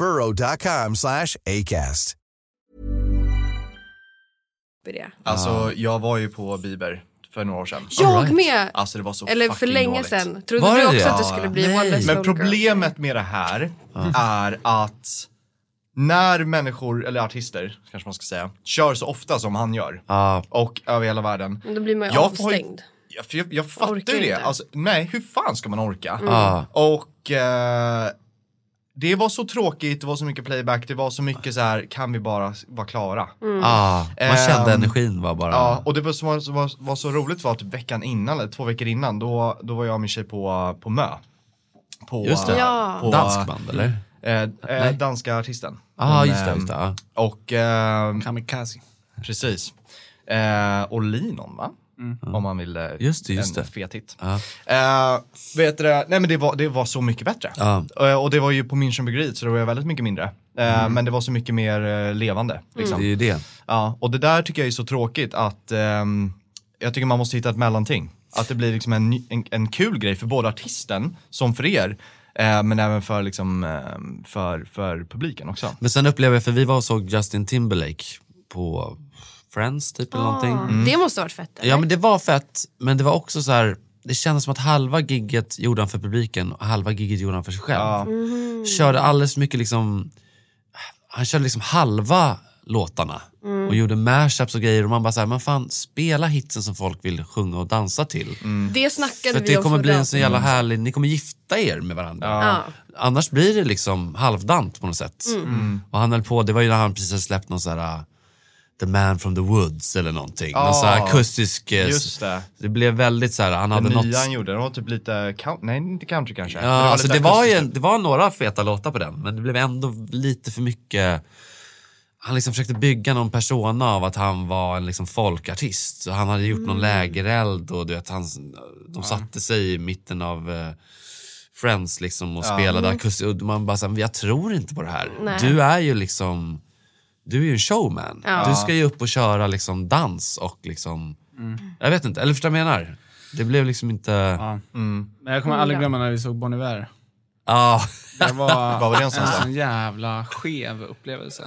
burrow.com/ACAST. Alltså, jag var ju på Bieber för några år sedan. Jag med! Alltså, det var så eller för länge dåligt. sedan. Trodde du också att det skulle bli One Less Men problemet med det här är att när människor, eller artister kanske man ska säga, kör så ofta som han gör och över hela världen. Då blir man ju avstängd. Jag fattar ju det. Alltså, nej, hur fan ska man orka? Och Det var så tråkigt, det var så mycket playback, det var så mycket så här, kan vi bara vara klara? Man kände energin var bara... Ja, och det var så roligt var att veckan innan, eller 2 veckor innan, då var jag och min tjej på Mö. Just det, på, dansk band eller? Danska artisten. Just det. Och... Kamikaze. Precis. Och Linon, va? Om man vill just en fet hit. Vet du, nej men det var så mycket bättre. Och det var ju på Münchenbryggeriet, så det var väldigt mycket mindre. Men det var så mycket mer levande. Liksom. Det är ju det. Ja, och det där tycker jag är så tråkigt att jag tycker man måste hitta ett mellanting. Att det blir liksom en kul grej för både artisten som för er. Men även för, liksom, för publiken också. Men sen upplever jag, för vi var och såg Justin Timberlake på Friends typ eller någonting. Det måste ha varit fett, eller? Ja, men det var fett. Men det var också så här, det kändes som att halva gigget gjorde han för publiken och halva gigget gjorde han för sig själv. Körde alldeles mycket liksom, han körde liksom halva låtarna och gjorde mashups och grejer och man bara såhär, man fan, spela hitsen som folk vill sjunga och dansa till. Det snackade för vi om. det kommer bli en så jävla härlig, ni kommer gifta er med varandra. Annars blir det liksom halvdant på något sätt. Och han höll på, det var ju när han precis släppt någon såhär The Man from the Woods eller någonting. Någon sån här akustisk... Just det. Det blev väldigt så här, han hade något... han gjorde, det var typ lite... Nej, inte country kanske. Ja, alltså det var några feta låtar på den. Men det blev ändå lite för mycket... Han liksom försökte bygga någon persona av att han var en liksom folkartist. Så han hade gjort någon lägereld och du vet, de satte sig i mitten av... Friends liksom och spelade akustisk. Och man bara såhär, jag tror inte på det här. Nej. Du är ju liksom... Du är ju en showman. Du ska ju upp och köra liksom dans och liksom... Jag vet inte, eller förstår jag menar? Det blev liksom inte... Men jag kommer aldrig glömma när vi såg Bon Iver. Det Vad var det en sån jävla skev upplevelse.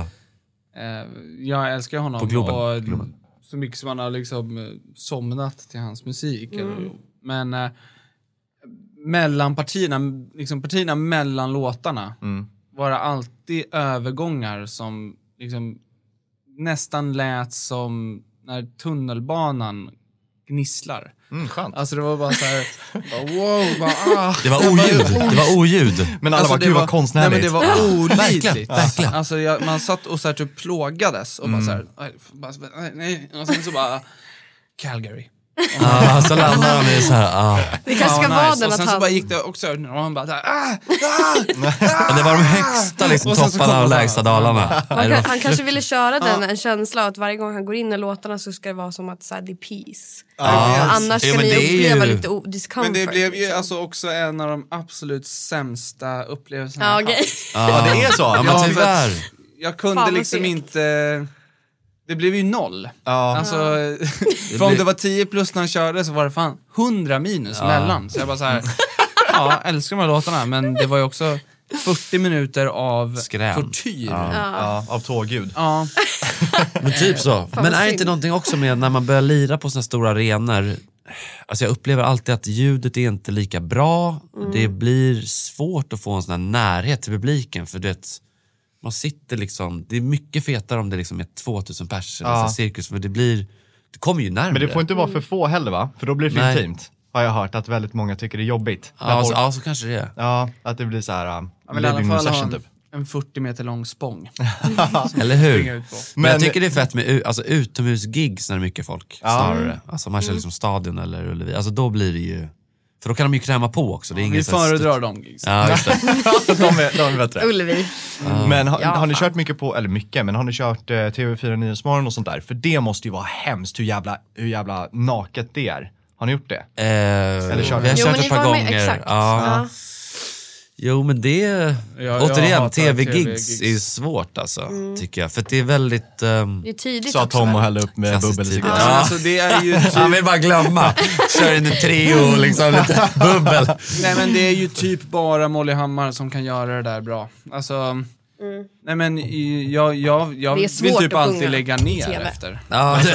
Jag älskar honom. På Globen. Och så mycket som man har liksom somnat till hans musik. Men mellan partierna, liksom partierna mellan låtarna var det alltid övergångar som liksom nästan lät som när tunnelbanan gnisslar. Skönt. Alltså det var bara så här, wow, Det var oljud. Men alla var, gud vad konstnärligt. Nej, men det var olidligt. Verkligen. Alltså man satt och så här typ plågades och bara så här, nej, och sen så bara Calgary. Så landade han i så här. Det kanske ska vara den och att sen så bara gick det också och han bara Och det var de högsta liksom, topparna och lägsta dalarna. Han kanske ville köra en känsla att varje gång han går in i låtarna så ska det vara som att så här, det är peace. Annars ska ni uppleva lite discomfort. Men det blev ju alltså också en av de absolut sämsta upplevelserna jag haft. Det är så. Ja, men tyvärr. Jag kunde liksom inte... Det blev ju 0. Alltså, för om det var 10 plus när han körde så var det fan 100 minus mellan. Så jag bara så här, älskar de här låtarna. Men det var ju också 40 minuter av tortyr. Av tågljud. Men typ så. Men är inte någonting också med när man börjar lira på såna stora arenor? Alltså jag upplever alltid att ljudet är inte lika bra. Det blir svårt att få en sån här närhet till publiken. För du vet... Man sitter liksom, det är mycket fetare om det liksom är 2000 pers eller cirkus, för det kommer ju närmare. Men det får inte vara för få heller, va? För då blir det för intimt. Har jag hört att väldigt många tycker det är jobbigt. Så kanske det är. Ja, att det blir så här, men i alla fall typ en 40 meter lång spång. Eller hur? Men jag tycker det är fett med alltså, utomhusgigs när det är mycket folk. Snarare. Alltså man kör liksom Stadion eller Ullevi. Alltså då blir det ju... För då kan de ju kräma på också. Det är vi föredrar de gigs. Ja, just det. de är bättre. Ullevi. Men har ni kört mycket på, eller mycket, men har ni kört TV4 Nyhetsmorgon och sånt där? För det måste ju vara hemskt hur jävla naket det är. Har ni gjort det? Eller kört vi har kört ett par gånger. Exakt. Jo, men det... återigen, tv-gigs är svårt alltså, tycker jag. För det är väldigt... Det är tidigt så också. Tom och hälla upp med bubbel. Alltså det är ju typ... Han vill bara glömma. Kör in en trio liksom, lite bubbel. Nej, men det är ju typ bara Molly Hammar som kan göra det där bra. Alltså... Nej, men jag vill typ alltid lägga ner efter. Alltså,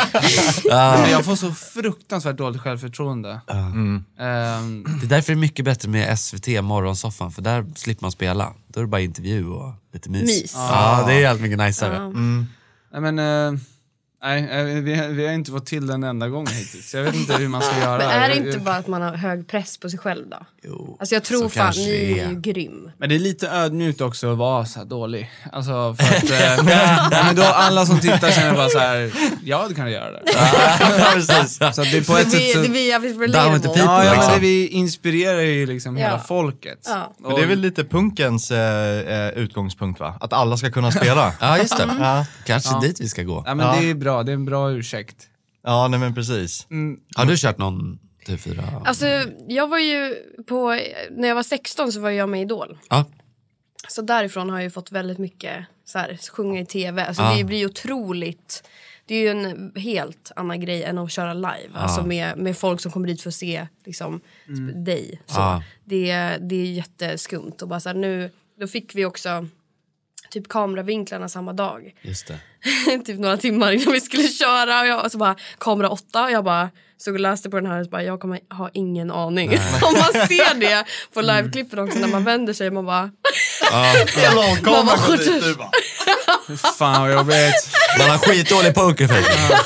men jag får så fruktansvärt dåligt självförtroende. Det är därför det är mycket bättre med SVT morgonsoffan, för där slipper man spela. Då är det bara intervju och lite mys. Ja, det är helt mycket najsare. Nej, men Nej, vi har inte fått till den enda gången hittills. Jag vet inte hur man ska göra. Men är det inte bara att man har hög press på sig själv då? Jo, alltså jag tror fan, ni är ju grym. Men det är lite ödmjukt också att vara så här dålig. Alltså för att men då alla som tittar känner bara så här, ja du kan göra det. Precis. Så det är på ett sätt så... Det blir jävligt relatable. Ja, men vi inspirerar ju liksom hela folket. Ja. Men det är väl lite punkens utgångspunkt va? Att alla ska kunna spela. Ja, just det. Kanske dit vi ska gå. Ja, men det är bra. Det är en bra ursäkt. Ja, nej men precis. Har du kört någon TV4? Alltså, jag var ju när jag var 16 så var jag med i Idol. Ja. Så därifrån har jag ju fått väldigt mycket så här, sjunga i tv. Alltså det blir ju otroligt. Det är ju en helt annan grej än att köra live. Alltså med folk som kommer dit för att se liksom, dig. Så det är jätteskumt. Och bara så här, då fick vi också typ kameravinklarna samma dag. Just det. Typ några timmar innan vi skulle köra. Och jag så bara, kamera 8. Och jag bara så läste på den här och så bara, jag kommer ha ingen aning. Om man ser det på liveklippen också när man vänder sig. Man bara... man bara dit, bara. Fan vad jobbigt. Man har skitdålig pokerface.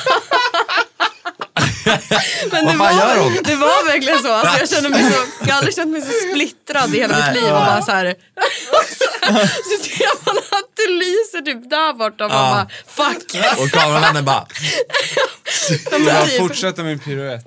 Men det var verkligen så. Alltså jag har aldrig känt mig så splittrad i hela mitt liv. Och bara så här... så ser man att det lyser typ där borta. Och man bara, fuck. Och kameramännen bara... Jag fortsätter med en piruett.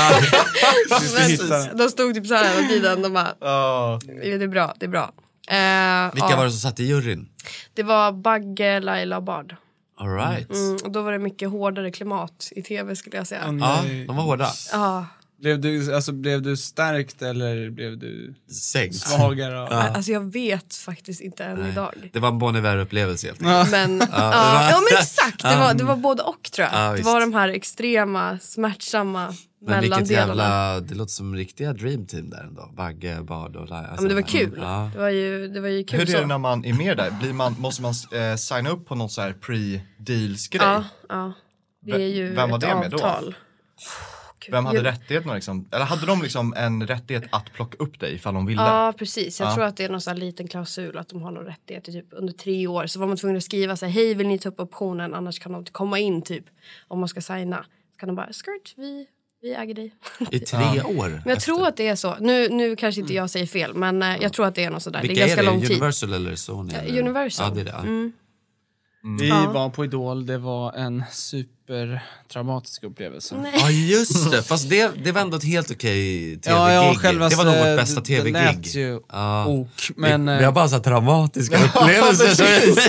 De stod typ så här hela tiden. De bara, det är bra, det är bra. Vilka var det som satt i juryn? Det var Bagge, Laila och Bard. All right. Och då var det mycket hårdare klimat i tv skulle jag säga. Ja, de var hårda. Ja. Blev du stärkt eller blev du sänkt? Svagare? Alltså jag vet faktiskt inte än idag. Det var en Bon Iver-upplevelse helt enkelt. Men, men exakt, det var både och tror jag. Det var de här extrema, smärtsamma mellandelarna. Det låter som riktiga dream team där ändå. Bagge, Bard och Laila. Men det var kul. Det var ju kul. Hur är det när man är med där? Måste man signa upp på någon så här pre-deals-grej? Ja. Det är ju vem var det med avtal. Då? Vem hade rättigheterna liksom? Eller hade de liksom en rättighet att plocka upp dig ifall de ville? Ja, precis. Jag tror att det är någon sån här liten klausul att de har någon rättighet typ under 3 år. Så var man tvungen att skriva så här, hej vill ni ta upp optionen? Annars kan de inte komma in typ om man ska signa. Så kan de bara, skirt, vi äger dig. I 3 år? Men jag tror att det är så. Nu kanske inte jag säger fel, men jag tror att det är något sådär. Vilka det är ganska lång tid. Universal eller Sony? Eller? Universal. Ja, det är det. Vi var på Idol, det var en supertraumatisk upplevelse. Ja just det, fast det var ändå ett helt okej tv-gig. Det var nog vårt bästa tv-gig. Det lät ju men... Vi har bara så traumatiska upplevelser.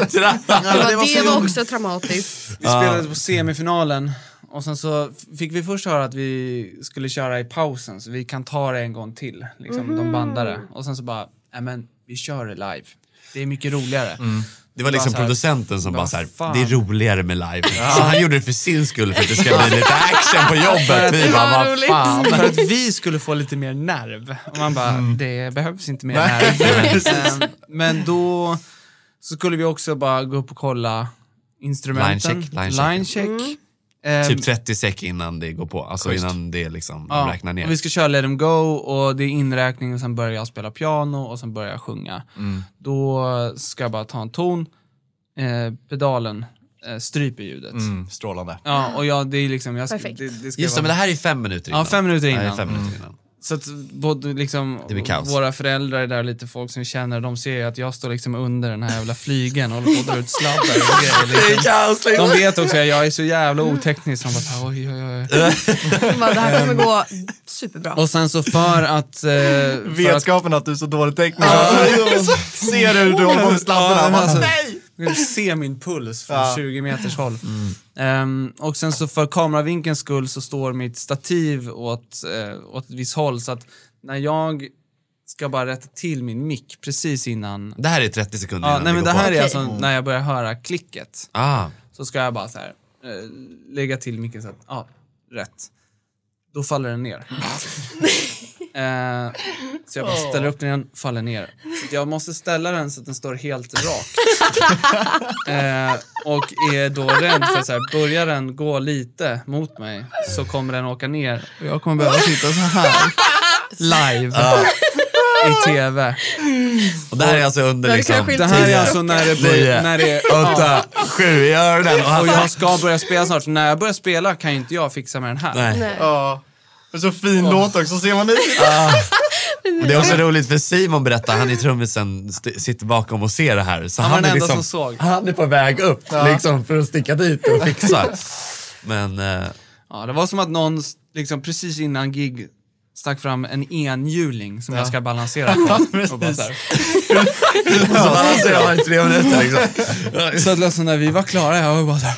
Det var också traumatiskt. Vi spelade på semifinalen. Och sen så fick vi först höra att vi skulle köra i pausen. Så vi kan ta det en gång till. Liksom, de bandade. Och sen så bara, men vi kör det live. Det är mycket roligare. Det var liksom producenten som bara såhär, det är roligare med live. Så han gjorde det för sin skull, för att det ska bli lite action på jobbet. Vi bara, vad fan. För att vi skulle få lite mer nerv. Och man bara, det behövs inte mer nerv. Men då så skulle vi också bara gå upp och kolla instrumenten. Line check. Typ 30 sek innan det går på. Alltså innan det liksom räknar ner. Och vi ska köra Let Them Go. Och det är inräkning. Och sen börjar jag spela piano. Och sen börjar jag sjunga. Då ska jag bara ta en ton. Pedalen stryper ljudet. Strålande. Ja, och det är liksom... Perfekt. Det ska just det, men det här är 5 minuter innan. Ja, 5 minuter innan. Ja, 5 minuter innan. Så att både liksom våra föräldrar är där, lite folk som vi känner, de ser ju att jag står liksom under den här jävla flygen och håller på att dra ut sladdar och grejer, liksom. De vet också att jag är så jävla oteknisk. De bara så oj. Det här kommer gå superbra. Och sen så för att... vetskapen att du är så dålig teknisk. Ser du hur du håller på med sladdarna? Nej! Jag vill se min puls från 20 meters håll. Och sen så för kameravinkelns skull så står mitt stativ åt ett visst håll. Så att när jag ska bara rätta till min mick precis innan... Det här är 30 sekunder innan nej, men det här är alltså Mm. när jag börjar höra klicket. Så ska jag bara så här lägga till micken så att, rätt. Då faller den ner. Så jag bara ställer upp den igen, faller ner. Så jag måste ställa den så att den står helt rakt. Och är då rädd för så här, börjar den gå lite mot mig så kommer den åka ner. Och jag kommer behöva sitta så här live i TV. Och det här är alltså under liksom... Det här är alltså när det är 8, 7 i öronen. Och jag ska börja spela snart. Så när jag börjar spela kan inte jag fixa med den här. Nej. Ja. Och så fin låt också, ser man det. Det är också roligt för Simon berättar, han i trummisen sitter bakom och ser det här. Så han är liksom, som såg. Han är på väg upp liksom, för att sticka dit och fixa. Men... Ja, det var som att någon liksom, precis innan gig stack fram en enhjuling som jag ska balansera på. Och bara så här. Så balanserar man i 3 minuter liksom. Så att när vi var klara, jag var bara så här.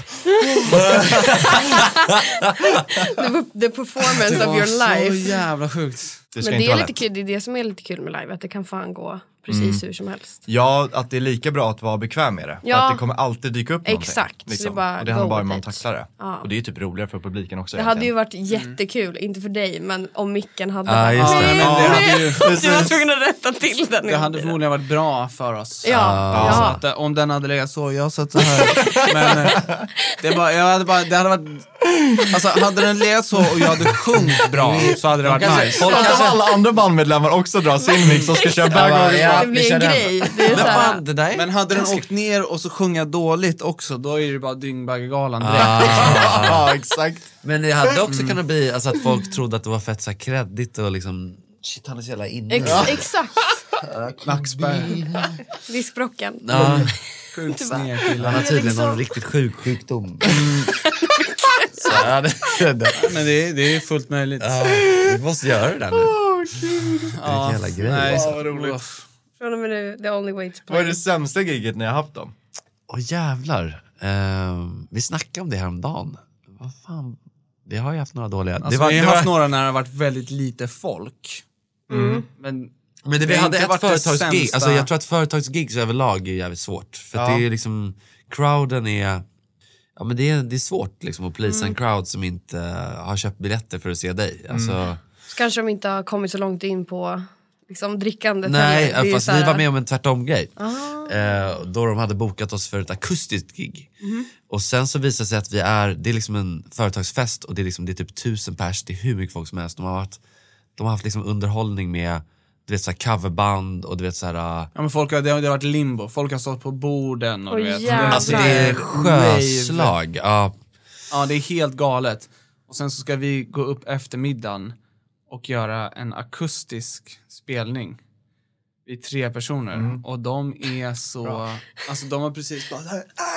The performance of your life. Så jävla sjukt. Men det är lite kul, det är det som är lite kul med live, att det kan fan gå precis hur som helst. Ja, att det är lika bra att vara bekväm med det. Ja. För att det kommer alltid dyka upp någonting. Exakt. Liksom. Så det bara och det handlar bara om go man with it. tacklar det. Ja. Och det är ju typ roligare för publiken också. Det hade ju varit jättekul, inte för dig, men om micken hade just det. Men det hade ju, du var tvungen att rätta till den. det hade förmodligen varit bra för oss. Ja. Så att, om den hade legat så, jag satt så här. Men det hade varit... Alltså hade den legat så och jag hade sjungit bra så hade det varit nice. Folk kanske alla andra bandmedlemmar också drar sin mix och ska köra bag. Det blir en grej. Det är så här. Men hade den åkt ner och så sjunga dåligt också, då är det bara Dyngbaggegalan direkt. Ja, exakt. Men det hade också kunnat bli alltså, att folk trodde att det var fett så här kreddigt och liksom shit, han är så jävla inne. Exakt. Knacksberg. Diskbrocken. Ja. Sjukt sned. Han har tydligen någon riktigt sjuk sjukdom. Så, Men det är fullt möjligt. Ja, vi måste göra det där nu. Det är en jävla grej. Nej, vad roligt. Från och med nu, the only way to play. Vad är det sämsta giget ni har haft då? Jävlar. Vi snackade om det här om dagen. Vad fan? Vi har ju haft några dåliga. Alltså, vi har haft några när det har varit väldigt lite folk. Men vi hade ett företagsgig. Alltså, jag tror att företagsgigs överlag är jävligt svårt. För att det är liksom, crowden är... Ja, men det är svårt liksom att polisa en crowd som inte har köpt biljetter för att se dig. Alltså... Kanske de inte har kommit så långt in på liksom, drickandet. Nej, fast vi var med om en tvärtom-grej. Då de hade bokat oss för ett akustiskt gig. Och sen så visade det sig att det är liksom en företagsfest och det är typ 1000 pers, det är hur mycket folk som helst. De har haft liksom underhållning med du vet så här coverband och du vet så här ja, men det har varit limbo. Folk har stått på borden och du vet. Alltså det är sjöslag. Ja, det är helt galet. Och sen så ska vi gå upp efter middagen och göra en akustisk spelning. Vi är 3 personer och de är så bra. Alltså de har precis bara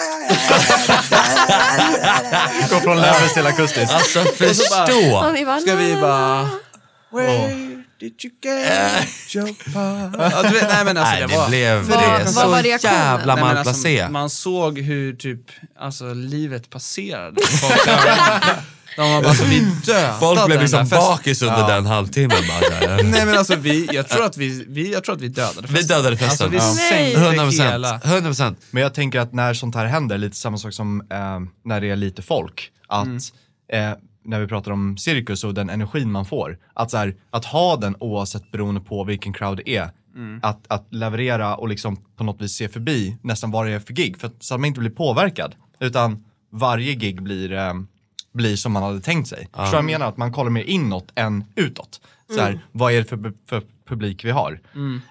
Gå från lävis till akustiskt. Alltså förstå. Ska vi bara did you get your part? Nej men alltså vad var reaktionen? Jävla malplacé. Man såg hur typ alltså livet passerade. De var bara så vi dödade. Folk blev liksom bakis under den halvtimmen bara. Nej men alltså jag tror att vi dödade festen. Vi dödade festen. Alltså vi sänkte hela. 100%. Men jag tänker att när sånt här händer, lite samma sak som när det är lite folk, att när vi pratar om cirkus och den energin man får, att, så här, att ha den oavsett beroende på vilken crowd det är, att leverera och liksom på något vis se förbi nästan vad det är för gig, för så att man inte blir påverkad, utan varje gig blir som man hade tänkt sig. Så jag menar att man kollar mer inåt än utåt. Så här, vad är det för publik vi har?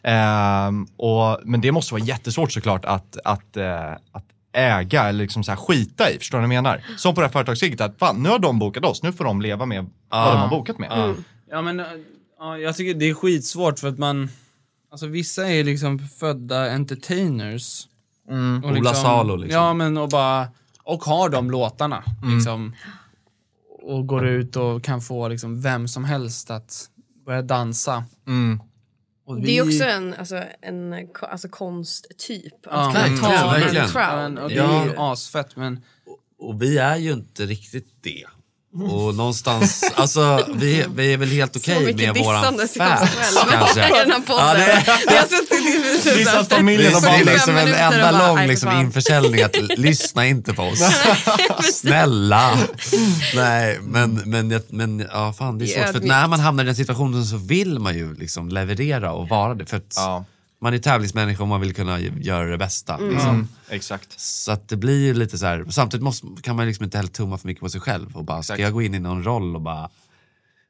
Men det måste vara jättesvårt såklart att äga eller liksom så här skita i, förstår du vad jag menar? Som på det här företagsgiget, att fan, nu har de bokat oss, nu får de leva med vad de har bokat med. Ja men jag tycker det är skitsvårt för att man, alltså vissa är liksom födda entertainers. Och Ola Salo liksom. Ja men och har de låtarna liksom, och går ut och kan få liksom vem som helst att börja dansa. Det är också en konsttyp. Att kunna verkligen. En crowd. Och det är ju asfett, men... Och vi är ju inte riktigt det. Och någonstans, alltså vi är väl helt okej med våran fans kanske. Ja, det har suttit familjen och bara liksom en enda lång liksom införsäljning att lyssna inte på oss. Snälla. Nej, men ja fan, det är svårt för att när man hamnar i den situationen så vill man ju liksom leverera och vara det för att man är tävlingsmänniska och man vill kunna göra det bästa liksom. Exakt. Så att det blir ju lite så här, samtidigt kan man liksom inte heller tumma för mycket på sig själv och bara, ska jag gå in i någon roll och bara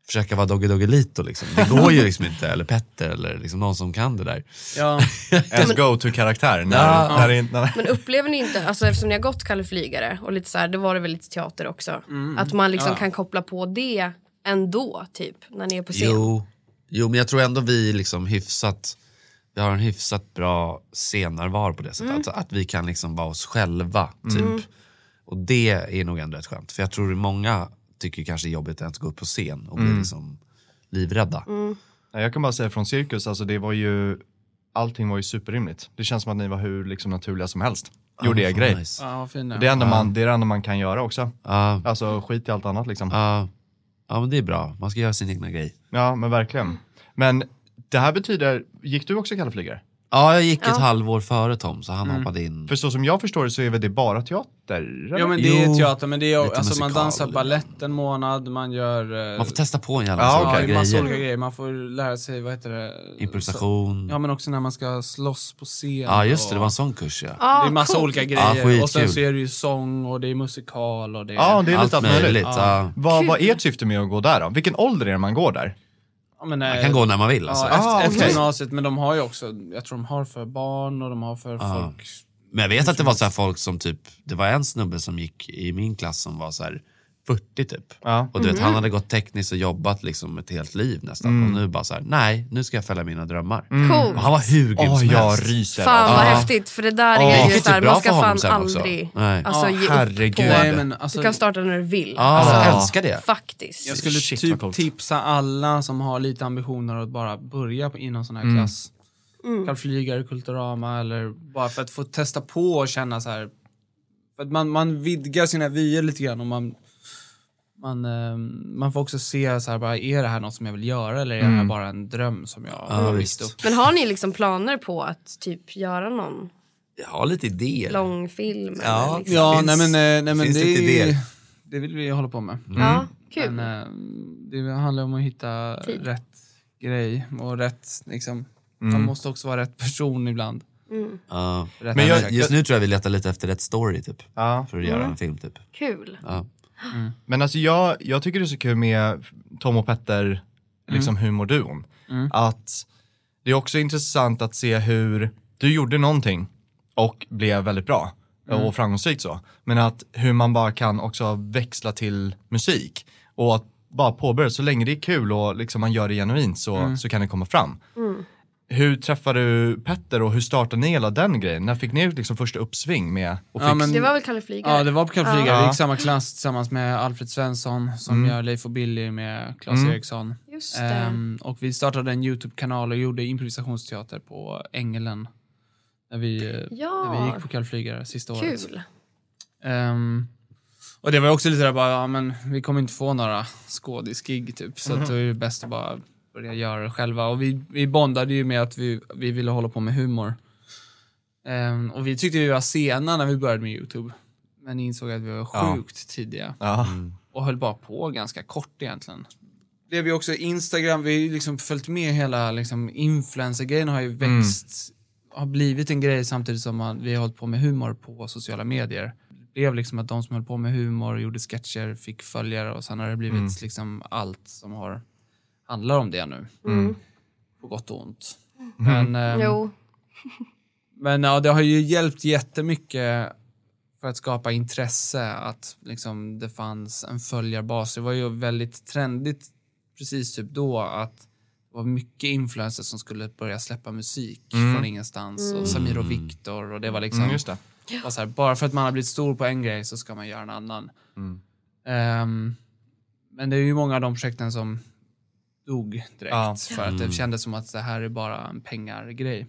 försöka vara Doggelito liksom. Det går ju liksom inte, eller Petter eller liksom någon som kan det där. Ja. Ens go-to-karaktär. Men upplever ni inte, alltså eftersom ni har gått Kalle Flygare och lite så här, det var det väl lite teater också, att man liksom kan koppla på det ändå typ när ni är på scen? Jo, men jag tror ändå vi liksom vi har en hyfsat bra scennärvaro på det sättet. Att vi kan liksom vara oss själva typ. Och det är nog ändå rätt skönt. För jag tror många tycker kanske det är jobbigt att ens gå upp på scen och bli liksom livrädda. Jag kan bara säga från cirkus, alltså det var ju, allting var ju superrimligt. Det känns som att ni var hur liksom naturliga som helst. Gjorde jag grej. Nice. Ja, fina. Det är det enda man kan göra också. Alltså skit i allt annat liksom. Ja, men det är bra. Man ska göra sin egna grej. Ja, men verkligen. Men det här betyder, gick du också Kalle Flygare? Ja, jag gick ett halvår före Tom, så han hoppade in. För så som jag förstår det så är väl det bara teater? Eller? Ja, men det är teater, men det är alltså man dansar ballett en månad, man gör... Man får testa på en jävla massa olika grejer. Man får lära sig, vad heter det? Improvisation. Ja, men också när man ska slåss på scen. Ja, just det, det var en sån kurs, ja. Det är massa olika grejer. Och sen kul. så är det ju sång och det är musikal och det är... Ja, det är lite allt möjligt. Vad var ert syfte med att gå där då? Vilken ålder är det man går där? Ja, men, man kan gå när man vill. Alltså. Efter gymnasiet, men de har ju också, jag tror de har för barn och de har för folk. Men jag vet att det var så här folk som typ, det var en snubbe som gick i min klass som var så här 40 typ. Och du vet, han hade gått tekniskt och jobbat liksom ett helt liv nästan. Och nu bara så här, nej, nu ska jag följa mina drömmar. Cool. Och han var hur grym som helst. Ryser. Fan vad häftigt, för det där är ju så här, man ska fan aldrig ge upp på. Nej, men, alltså, du kan starta när du vill. Jag älskar det. Faktiskt. Jag skulle typ tipsa alla som har lite ambitioner att bara börja i någon sån här klass. Kalle Flygare, Kulturama, eller bara för att få testa på och känna så här. För att man vidgar sina vyer lite grann och man får också se så här, bara, är det här något som jag vill göra eller är det här bara en dröm som jag har visst upp? Men har ni liksom planer på att typ göra någon? Jag har lite idéer. Långfilm? Ja, liksom? Ja, nej men det vill vi hålla på med. Ja, kul. Men, det handlar om att hitta rätt grej och rätt liksom. Man måste också vara rätt person ibland. Men just nu tror jag vi letar lite efter rätt story typ. För att göra en film typ. Kul. Men alltså jag tycker det är så kul med Tom och Petter, liksom humorduon. Att det är också intressant att se hur du gjorde någonting och blev väldigt bra och framgångsrikt så. Men att hur man bara kan också växla till musik och att bara påbörja så länge det är kul och liksom man gör det genuint så kan det komma fram. Hur träffade du Petter och hur startade ni hela den grejen? När fick ni liksom första uppsving med? Det var väl Kalle Flygare? Ja, det var på Kalle Flygare. Vi gick samma klass tillsammans med Alfred Svensson som gör Leif och Billy med Claes Eriksson. Just det. Och vi startade en YouTube-kanal och gjorde improvisationsteater på Ängelen. När vi gick på Kalle Flygare sista året. Kul. Och det var också lite där bara, men vi kommer inte få några skådisgig typ. Så att då är det bäst att bara börja göra det själva. Och vi bondade ju med att vi ville hålla på med humor. Och vi tyckte vi var sena när vi började med YouTube. Men insåg att vi var sjukt tidiga. Och höll bara på ganska kort egentligen. Det vi också Instagram, vi har liksom följt med hela liksom, influencer-grejen har ju växt. Har blivit en grej samtidigt som vi har hållit på med humor på sociala medier. Det blev liksom att de som höll på med humor och gjorde sketcher fick följare. Och sen har det blivit liksom allt som handlar om det nu. På gott och ont. Men ja, det har ju hjälpt jättemycket för att skapa intresse att liksom, det fanns en följarbas. Det var ju väldigt trendigt precis typ då att det var mycket influencers som skulle börja släppa musik från ingenstans. Och Samir och Viktor och det var liksom just det. Var så här, bara för att man har blivit stor på en grej så ska man göra en annan. Men det är ju många av de projekten som dog direkt för att det kändes som att det här är bara en pengargrej.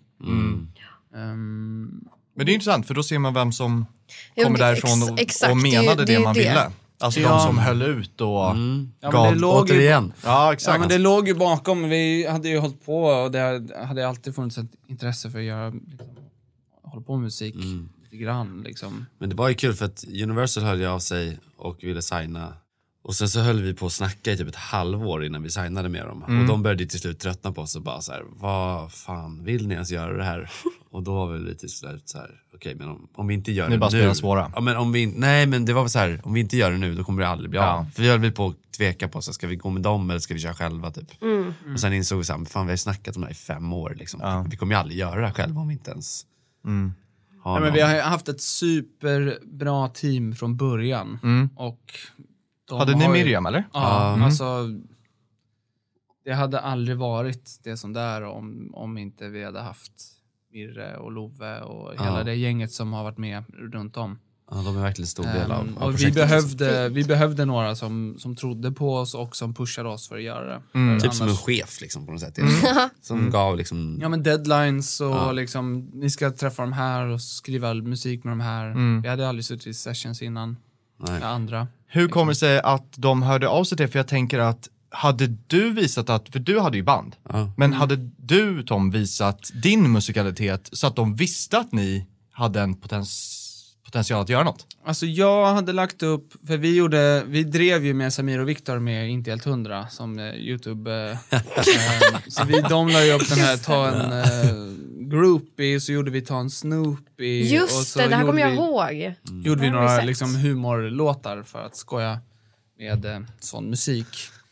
Men det är intressant för då ser man vem som kommer därifrån och menade det man ville. Alltså de som höll ut och gav återigen. Ja, exakt. Ja, men det låg ju bakom. Vi hade ju hållit på och det hade alltid funnits ett intresse för att göra hålla på med musik lite grann liksom. Men det var ju kul för att Universal hörde av sig och ville signa. Och sen så höll vi på att snacka i typ ett halvår innan vi signade med dem. Och de började till slut tröttna på oss och bara så här, vad fan vill ni ens göra det här? Och då var vi lite så här, okej, okej, men om vi inte gör det nu bara nu. Svåra. Ja, men nej, men det var så här, om vi inte gör det nu, då kommer det aldrig bli av. För vi höll väl på att tveka på, så ska vi gå med dem eller ska vi köra själva typ. Och sen insåg vi så här, fan vi har snackat om det här i 5 år liksom. Vi kommer ju aldrig göra det själva om vi inte ens har men vi har haft ett superbra team från början. Och hade ni Miriam eller? Ja, alltså det hade aldrig varit det som där om inte vi hade haft Mirre och Love och hela det gänget som har varit med runt om. Ja, de är verkligen stor del av och vi behövde några som trodde på oss och som pushade oss för att göra det. Typ annars... som en chef liksom på något sätt. Som gav liksom... Ja, men deadlines och liksom, ni ska träffa de här och skriva musik med de här. Vi hade aldrig suttit i sessions innan med andra. Hur kommer det sig att de hörde av sig till? För jag tänker att hade du visat att, för du hade ju band, men hade du, Tom, visat din musikalitet så att de visste att ni hade en potential att göra något? Alltså jag hade lagt upp, för vi drev ju med Samir och Viktor med Inte helt 100 som YouTube. Så de la ju upp den här, ta en groupie, så gjorde vi ta en Snoopy. Just och så det här kommer jag ihåg. Gjorde vi några liksom humorlåtar för att skoja med sån musik.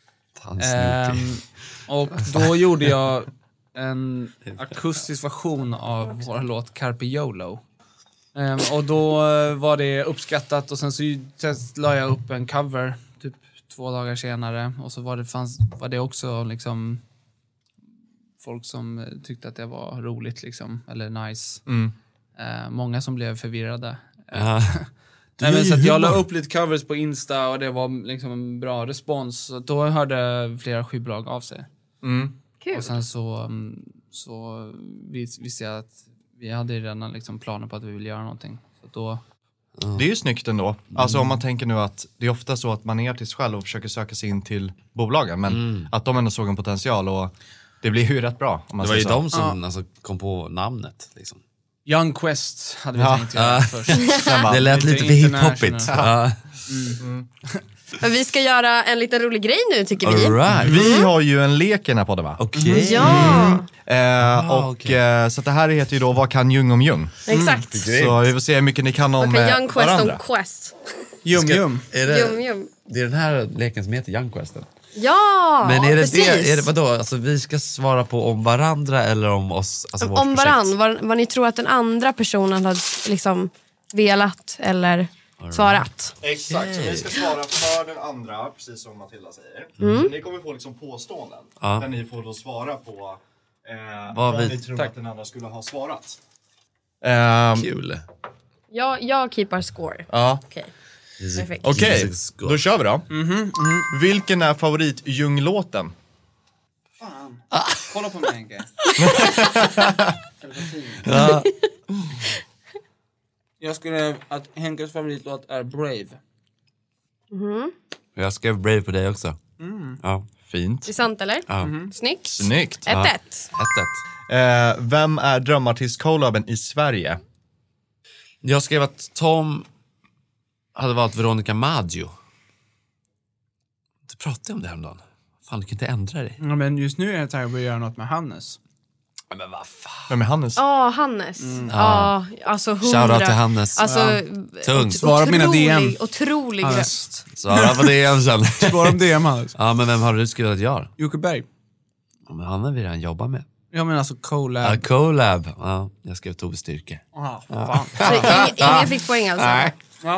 Och då gjorde jag en akustisk version av vår låt Carpe YOLO. Och då var det uppskattat och sen så la jag upp en cover typ 2 dagar senare och så var det också liksom folk som tyckte att det var roligt liksom, eller nice. Många som blev förvirrade. Nej, men så att jag la upp lite covers på Insta och det var liksom en bra respons. Så då hörde flera skivbolag av sig. Kul. Och sen så visste jag att vi hade redan liksom planer på att vi ville göra någonting. Så då... Det är ju snyggt ändå. Alltså om man tänker nu att det är ofta så att man är artist själv och försöker söka sig in till bolagen. Men att de ändå såg en potential och det blir ju rätt bra. Om man det var ju så. de som alltså, kom på namnet liksom. Young Quest hade vi tänkt göra först. Det lät lite för hiphopigt. Men vi ska göra en liten rolig grej nu tycker vi. Right. Vi har ju en lek i den här podden, va? Okej. Ja. Så det här heter ju då Vad kan Jung om Jung? Exakt. Så vi får se hur mycket ni kan om Vad kan Young Quest varandra. om Quest? Yum. Det är den här leken som heter Young Questen. Ja, men är det precis. Är det vadå? Alltså vi ska svara på om varandra eller om oss, alltså vårt om projekt? varandra, vad ni tror att den andra personen hade liksom velat eller svarat. Exakt, så vi ska svara för den andra, precis som Matilda säger. Så ni kommer få liksom påståenden där ni får då svara på vad ni tror att den andra skulle ha svarat. Kul. Jag keepar score. Ja. Okej, då kör vi då. Vilken är favorit-Jung-låten? Fan. Kolla på mig, Henke. Jag skulle att Henkes favoritlåt är Brave. Jag skrev Brave på dig också. Ja. Fint. Det är sant eller? Snyggt. 1-1. Vem är drömartist-collaben i Sverige? Jag skrev att Tom hade valt Veronica Maggio. Du pratade om det häromdagen. Fan, du kan inte ändra dig. Ja, men just nu är jag taggad på att göra något med Hannes. Men vad fan. Vem är Hannes? Hannes. Alltså 100. Shoutout till Hannes. Alltså, Tung. Svara på mina DM. Otrolig röst. Svara på DM sen. Svara om DM, Hannes. Ja, men vem har du skrivit att jag? Jocke Berg. Ja, men han har vi redan jobbat med. Ja, men alltså collab. Ja, collab. Ja, jag skrev Tove Styrke. Fan. Så ingen fick poäng alltså? Nej.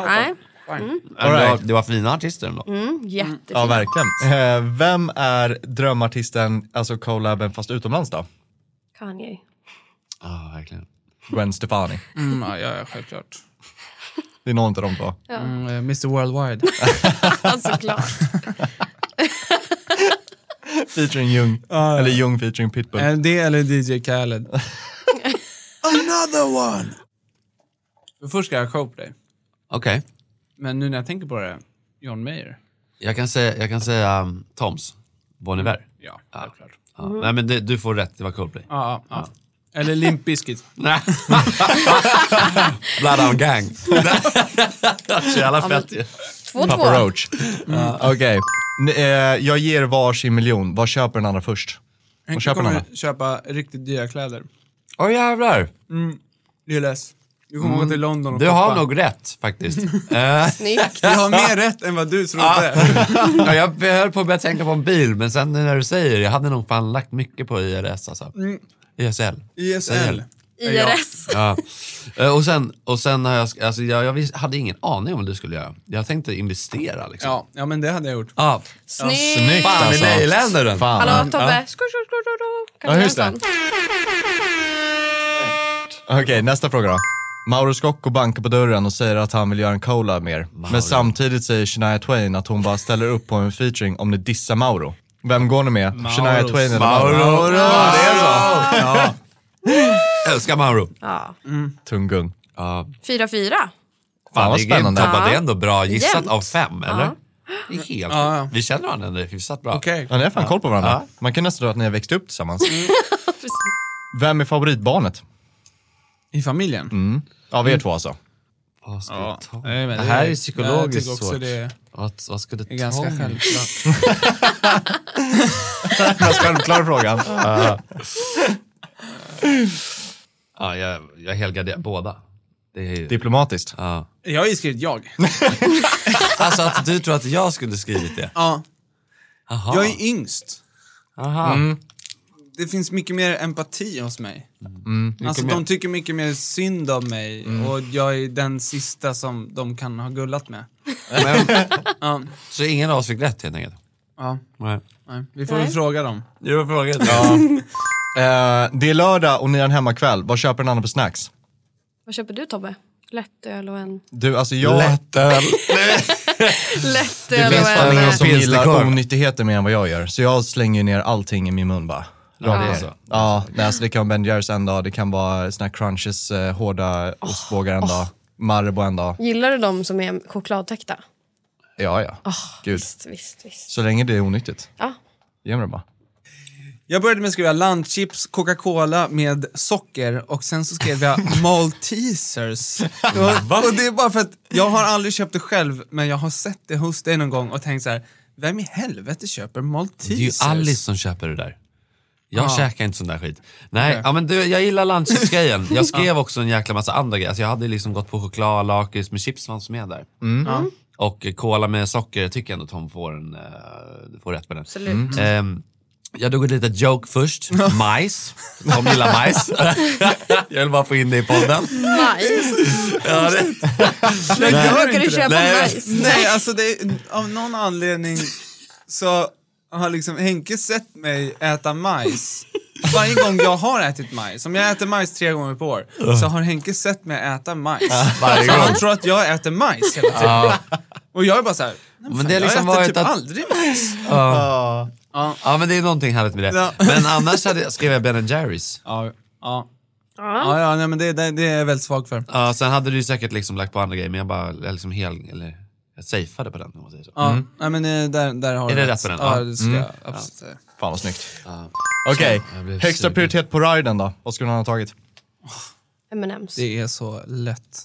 Det var fina artister ändå. Jättefint. Ja, verkligen. Vem är drömartisten, alltså collaben fast utomlands då? Kanye. Ja, verkligen. Gwen Stefani. Ja, självklart. Det är någon av de två. Mr. Worldwide. Såklart. Featuring Jung. Eller Jung featuring Pitbull. Det eller DJ Khaled. Another one! Först ska jag show på dig. Okej. Men nu när jag tänker på det, John Mayer. Jag kan säga Toms. Bon Iver. Ja, självklart. Ja. Nej, men du får rätt. Det var Coldplay. Ja. Eller Limp Bizkit. Nej. Bloodhound Gang. Så jävla fett ju. 2-2. Papa Roach. Okej. Jag ger varsin miljon. Vad köper den andra först? Jag kommer köpa riktigt dyra kläder. Jävlar. Det är läs. Du kommer gå till London och Du har nog rätt faktiskt. Snyggt. Jag har mer rätt än vad du trodde. Ja, jag höll på att börja tänka på en bil, men sen när du säger det, jag hade nog fan lagt mycket på IRS alltså. ISL. IRS. Ja. Och sen har jag, alltså jag hade ingen aning om vad du skulle göra. Jag tänkte investera liksom. Ja, men det hade jag gjort. Ja. Snyggt. Fan, alltså. vi nailade den. Hallå Tobbe. Ja, just det. Okej, nästa fråga då. Mauro Scocco bankar på dörren och säger att han vill göra en collab mer. Men samtidigt säger Shania Twain att hon bara ställer upp på en featuring om ni dissar Mauro. Vem går ni med? Shania Twain eller Mauro? Ja, det är så. Ja. Älskar Mauro. Ja. Tungung. 4-4. Fan vad spännande. Det är ändå bra gissat Jämnt. av 5, eller? Det är helt Vi känner varandra ändå hyfsat bra. Okej. Ja, ni har fan koll på varandra. Man kan nästan tro att ni har växt upp tillsammans. Vem är favoritbarnet? I familjen? Av er två alltså. Vad ska Ja. du ta? Nej, men Det här är psykologiskt jag tycker också svårt. det Vad ska du är ganska ta? självklart. Den självklara frågan. Ja, jag helgarderar båda. Det är Diplomatiskt. Ja. Jag har ju skrivit jag. Alltså att du tror att jag skulle skrivit det. Ja. Aha. Jag är yngst. Aha. Det finns mycket mer empati hos mig. Alltså de tycker mycket mer synd om mig. Och jag är den sista som de kan ha gullat med. Men, Så ingen av oss fick rätt helt enkelt? Ja. Nej. Vi får väl fråga dem. Du har frågat. Det är lördag och ni har en hemmakväll. Vad köper en annan för snacks? Vad köper du Tobbe? Lättöl och en... Du, alltså jag... Lättöl. Lättöl Det finns och fan en... ingen som gillar pilsnerkorv. onyttigheter mer än vad jag gör. Så jag slänger ner allting i min mun bara. Ja, det är så. Ja, alltså det kan vara Ben Jerrys en dag. Det kan vara såna här Crunches, hårda ostbågar en dag. Marabou en dag. Gillar du dem som är chokladtäckta? Ja. Gud. Visst. Så länge det är onyttigt. Ja. Ge mig det bara. Jag började med att skriva landchips, Coca-Cola med socker. Och sen så skrev jag Maltesers. Och det är bara för att jag har aldrig köpt det själv. Men jag har sett det hos dig någon gång och tänkt så här: vem i helvete köper Maltesers? Det är ju Alice som köper det där. Jag käkar inte sån där skit. Nej, ja, men du, jag gillar lunchchips-grejen. Jag skrev också en jäkla massa andra grejer. Alltså jag hade liksom gått på choklad, lakrits med chips fanns med där. Och cola med socker, jag tycker ändå Tom får rätt med den. Absolut. Jag drog ett litet joke först. Majs. Tom gillar majs. Jag vill bara få in det i podden. Majs. Ja, det. Men brukar du köpa majs? Nej, alltså det är, av någon anledning så har liksom Henke sett mig äta majs. Varje gång jag har ätit majs, om jag äter majs 3 gånger per år, så har Henke sett mig äta majs. Varje så gång. han tror att jag äter majs hela tiden. Och jag är bara så här: Men det är liksom jag äter varit typ att... aldrig majs. Ja, men det är någonting härligt med det. Ja. Men annars skrev jag Ben Jerrys. Ja, nej, men det är jag väldigt svag för. Ja, sen hade du ju säkert liksom lagt på andra grejer, men jag liksom jag safeade på den. Om man säger så. Nej, men där har Är du det rätt på den? Ja, det ska jag absolut säga. Fan vad snyggt. Okej, högsta prioritet på riden då? Vad skulle han ha tagit? M&M's. Det är så lätt.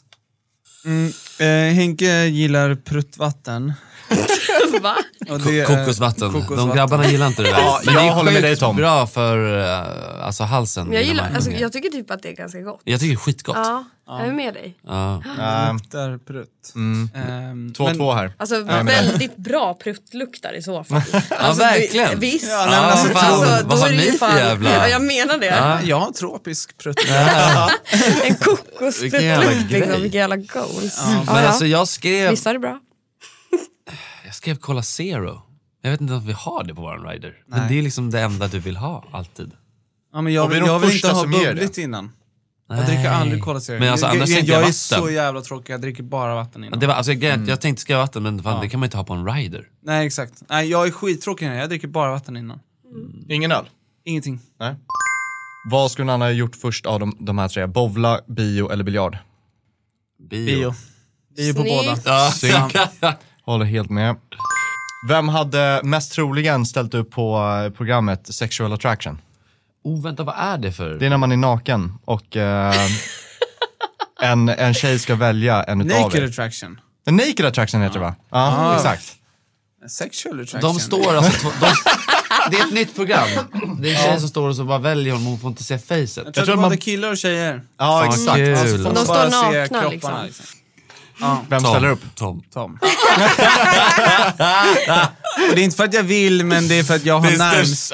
Henke gillar pruttvatten. Va? Och det är Kokosvatten. De grabbarna gillar inte det där. Ja, men jag det är håller med dig, Tom. bra för alltså halsen. Jag gillar, alltså, jag tycker typ att det är ganska gott. Jag tycker det är skitgott. Ja, jag är med dig. Ja. Luktar prutt. 2-2 här. Alltså väldigt bra pruttluktar i så fall. Alltså, verkligen. Visst. Ja, nej, men alltså, fan, vad då har är det ni ju för fan... jävla... Ja, jag menar det. Ja. Jag har tropisk prutt. En kokospruttluk grej. liksom, vilka jävla goals. Men alltså jag skrev Visst är det bra? Cola Zero. Jag vet inte om vi har det på våran rider. Men det är liksom det enda du vill ha, alltid. Ja, men jag vi är de vill första inte ha som ger bubbligt det. innan. Jag dricker aldrig Cola Zero. Men alltså, annars tänker jag jag är så vatten. jävla tråkig, jag dricker bara vatten innan. Det var, alltså, jag tänkte skriva vatten, men fan, det kan man inte ha på en rider. Nej, exakt. Nej, jag är skittråkig innan, jag dricker bara vatten innan. Ingen öl? Ingenting. Nej. Vad skulle han ha gjort först av de här 3? Bowla, bio eller biljard? Bio på Snyggt. båda. Ja. Håller helt med. Vem hade mest troligen ställt upp på programmet Sexual Attraction? Vänta, vad är det för? Det är när man är naken och en tjej ska välja en utav Naked er. Attraction. Naked Attraction heter det va? Ja, exakt. Sexual Attraction. De står alltså... det är ett nytt program. Det är tjejer som står och så bara väljer hon får inte se facet. Jag tror det är killar och tjejer. Ja, exakt. Kul. De står nakna liksom. Ja. Vem ställer upp? Tom. Och det är inte för att jag vill, men det är för att jag har närmst.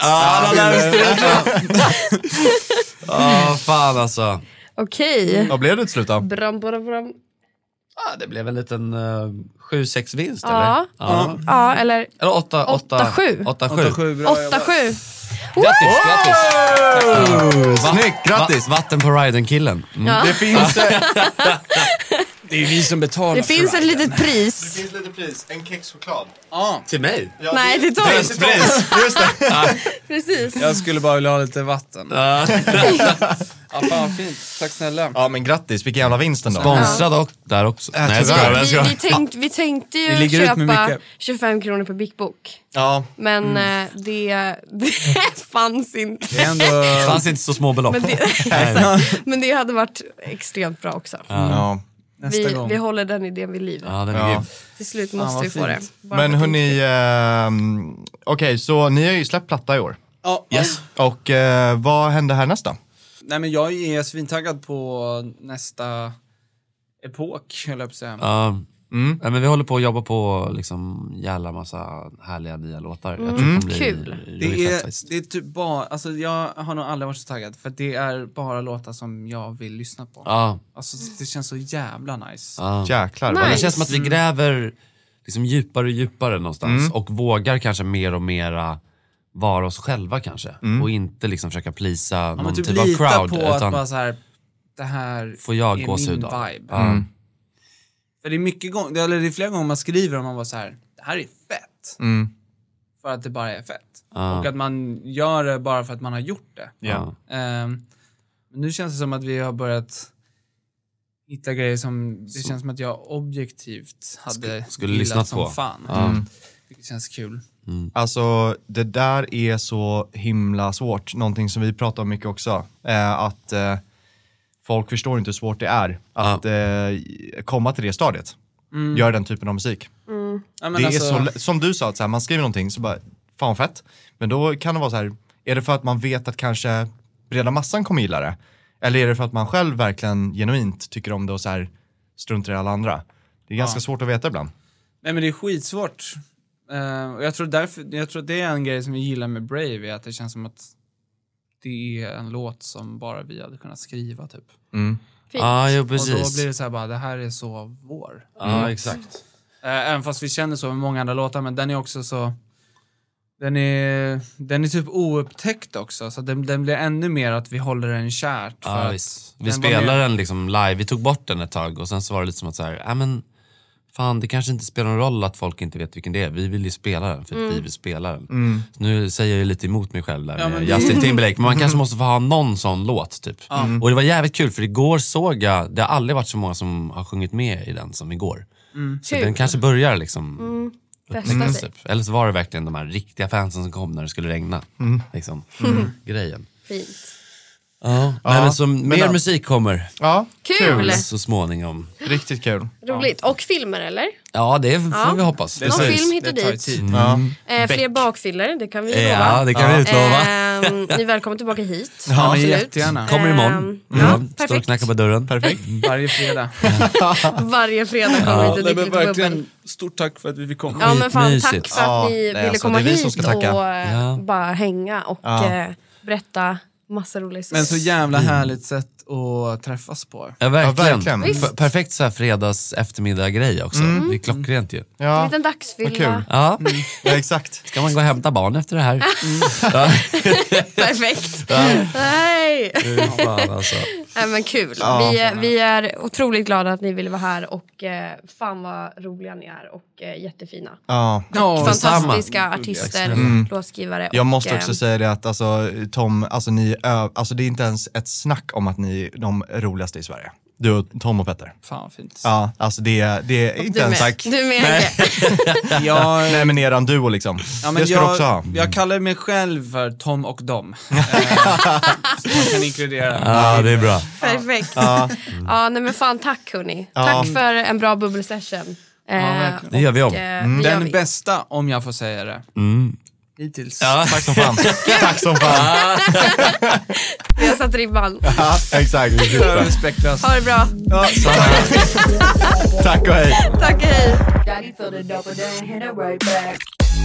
Fan alltså. Okej. Vad blev det till slut då? Bram. Det blev en liten 7-6 vinst, Ja. eller? Ja, eller 8-7. 8-7, bra 8-7. Grattis. Snyggt, grattis. Vatten på Ryden-killen. Ja. Det finns... Det är vi som betalar. Det finns ett litet pris. Det finns lite pris. En kexchoklad. Till mig? Ja, Nej, det tar Just det. Precis. Jag skulle bara vilja ha lite vatten. Ja, fan vad fint. Tack snälla. Ja, men grattis. Vilken jävla vinst ändå. Sponsrad och där också. Vi tänkte ju ligger ut med köpa mycket. 25 kronor på Big Book. Ja. Men det fanns inte. Det är ändå... Det fanns inte så små belopp. Men det hade varit extremt bra också. Ja. Vi håller den idén vid livet. Ja, den är grym. Till slut måste vi få det. Men hörni, okej, så ni har ju släppt platta i år. Ja. Yes. Och vad händer här nästa? Nej, men jag är svintaggad på nästa epok, höll jag på att säga. Ja, men vi håller på att jobba på liksom jävla massa härliga nya låtar. Jag tror det blir kul. Det är typ bara, alltså jag har nog aldrig varit så taggad, för det är bara låtar som jag vill lyssna på. Ja. Alltså det känns så jävla nice. Ja. Jäklar. Nice. Det känns som att vi gräver liksom djupare och djupare någonstans och vågar kanske mer och mera vara oss själva kanske och inte liksom försöka plisa någon typ typ av lita crowd på utan att bara så här, det här får jag är gåshud min av. vibe. För det är mycket gånger, eller det är flera gånger man skriver och man bara så här, det här är fett. För att det bara är fett. Och att man gör det bara för att man har gjort det. Ja. Men nu känns det som att vi har börjat hitta grejer som det känns som att jag objektivt hade skulle gillat lyssnat som på. fan. Det känns kul. Alltså det där är så himla svårt. Någonting som vi pratar om mycket också. Att folk förstår inte hur svårt det är att komma till det stadiet. Göra den typen av musik. Ja, men Det alltså, är så, som du sa, att så här, man skriver någonting så bara, fan fett. Men då kan det vara så här, är det för att man vet att kanske breda massan kommer gilla det? Eller är det för att man själv verkligen genuint tycker om det och så här struntar i alla andra? Det är ganska svårt att veta ibland. nej, men det är skitsvårt. Och jag tror att det är en grej som vi gillar med Brave, är att det känns som att det är en låt som bara vi hade kunnat skriva typ. Ja, jo, Och precis. då blir det så här bara, det här är så vår. Ja, exakt. Även fast vi känner så med många andra låtar, men den är också så, den är typ oupptäckt också, så den blir ännu mer att vi håller den kärt. För att vi spelar den liksom live, vi tog bort den ett tag och sen så var det lite som att så här, men fan, det kanske inte spelar någon roll att folk inte vet vilken det är. Vi vill ju spela den för att vi vill spela den. Så nu säger jag ju lite emot mig själv där med Justin Timberlake. Men man kanske måste få ha någon sån låt typ. Och det var jävligt kul, för igår såg jag, det har aldrig varit så många som har sjungit med i den som igår. Så den kanske börjar liksom Fästa sig. typ. Eller så var det verkligen de här riktiga fansen som kom när det skulle regna. Liksom. Grejen. Fint. Ja, men så mer musik kommer. Ja, Kul. Så småningom. riktigt kul. Roligt. Och filmer eller? Ja, det får vi hoppas. Någon film hit och Det tar dit. tid. Fler bakfiller, det kan vi lova. Ja, det kan vi utlova. Ni är välkomna tillbaka hit. Ja, men Absolut. jättegärna. Kommer imorgon. Står och perfekt. knackar på dörren. Perfekt. Varje fredag. Varje fredag kommer vi hit och dricker lite bubbel. Stort tack för att vi fick komma. Ja, men fan, tack Skitmysigt. för att ni ville alltså, komma det är vi som hit ska tacka. och bara hänga och berätta massa roligt. Men så jävla härligt sätt att träffas på. Ja, verkligen. Ja, verkligen. Visst. Perfekt så här fredags eftermiddag grej också. Det är klockrent ju. En Ja, liten vad dagsfylla. kul. Ja, Ja, exakt. ska man gå och hämta barn efter det här? Perfekt. Nej. Fan, alltså. Nej, men kul. Vi är otroligt glada att ni ville vara här och fan vad roliga ni är och jättefina. Ja. Fantastiska artister, låtskrivare. Jag och, måste också säga det att alltså, Tom, alltså, alltså det är inte ens ett snack om att ni är de roligaste i Sverige. Du och Tom och Petter. Fan vad fint. Ja, alltså det är inte ens tack. Du med. Nej, men eran duo liksom. Ja, men det ska du också ha. jag kallar mig själv för Tom och dem. Så man kan inkludera. Ja, det är bra. Perfekt. Nej men fan, tack hörni. Ja. Tack för en bra bubbelsession. verkligen. Det gör vi om. Det gör Den vi. bästa, om jag får säga det, Hittills. Ja. Tack som fan. Tack som fan. Vi har satt ribban. Ja, exakt. Respektlöst. Ha det bra. Ja, tack och hej. Tack och hej. Daddy for the double down, hit it right back.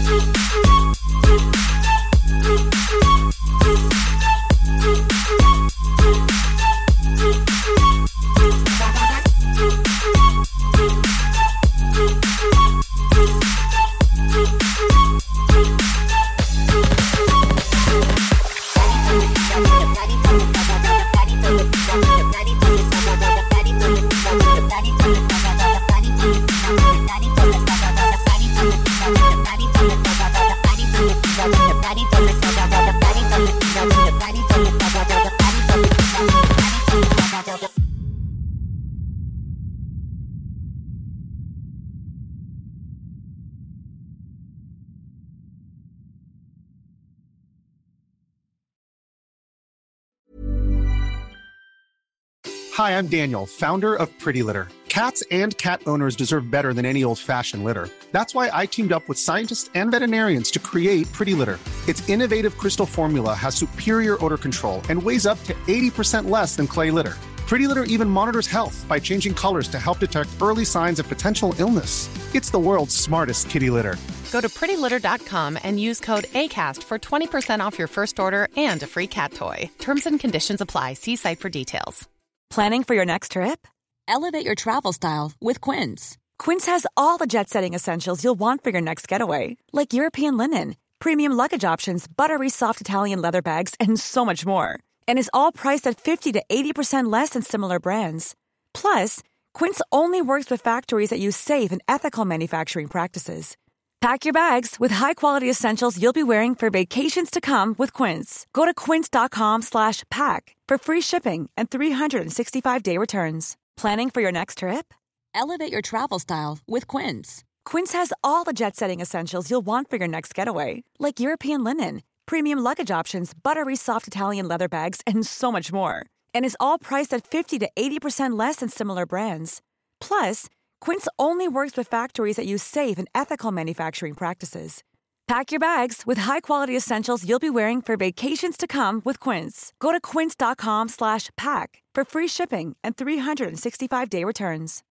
Hi, I'm Daniel, founder of Pretty Litter. Cats and cat owners deserve better than any old-fashioned litter. That's why I teamed up with scientists and veterinarians to create Pretty Litter. Its innovative crystal formula has superior odor control and weighs up to 80% less than clay litter. Pretty Litter even monitors health by changing colors to help detect early signs of potential illness. It's the world's smartest kitty litter. Go to prettylitter.com and use code ACAST for 20% off your first order and a free cat toy. Terms and conditions apply. See site for details. Planning for your next trip? Elevate your travel style with Quince. Quince has all the jet-setting essentials you'll want for your next getaway, like European linen, premium luggage options, buttery soft Italian leather bags, and so much more. And is all priced at 50 to 80% less than similar brands. Plus, Quince only works with factories that use safe and ethical manufacturing practices. Pack your bags with high-quality essentials you'll be wearing for vacations to come with Quince. Go to quince.com/pack for free shipping and 365-day returns. Planning for your next trip? Elevate your travel style with Quince. Quince has all the jet-setting essentials you'll want for your next getaway, like European linen, premium luggage options, buttery soft Italian leather bags, and so much more. And is all priced at 50 to 80% less than similar brands. Plus, Quince only works with factories that use safe and ethical manufacturing practices. Pack your bags with high-quality essentials you'll be wearing for vacations to come with Quince. Go to quince.com/pack for free shipping and 365-day returns.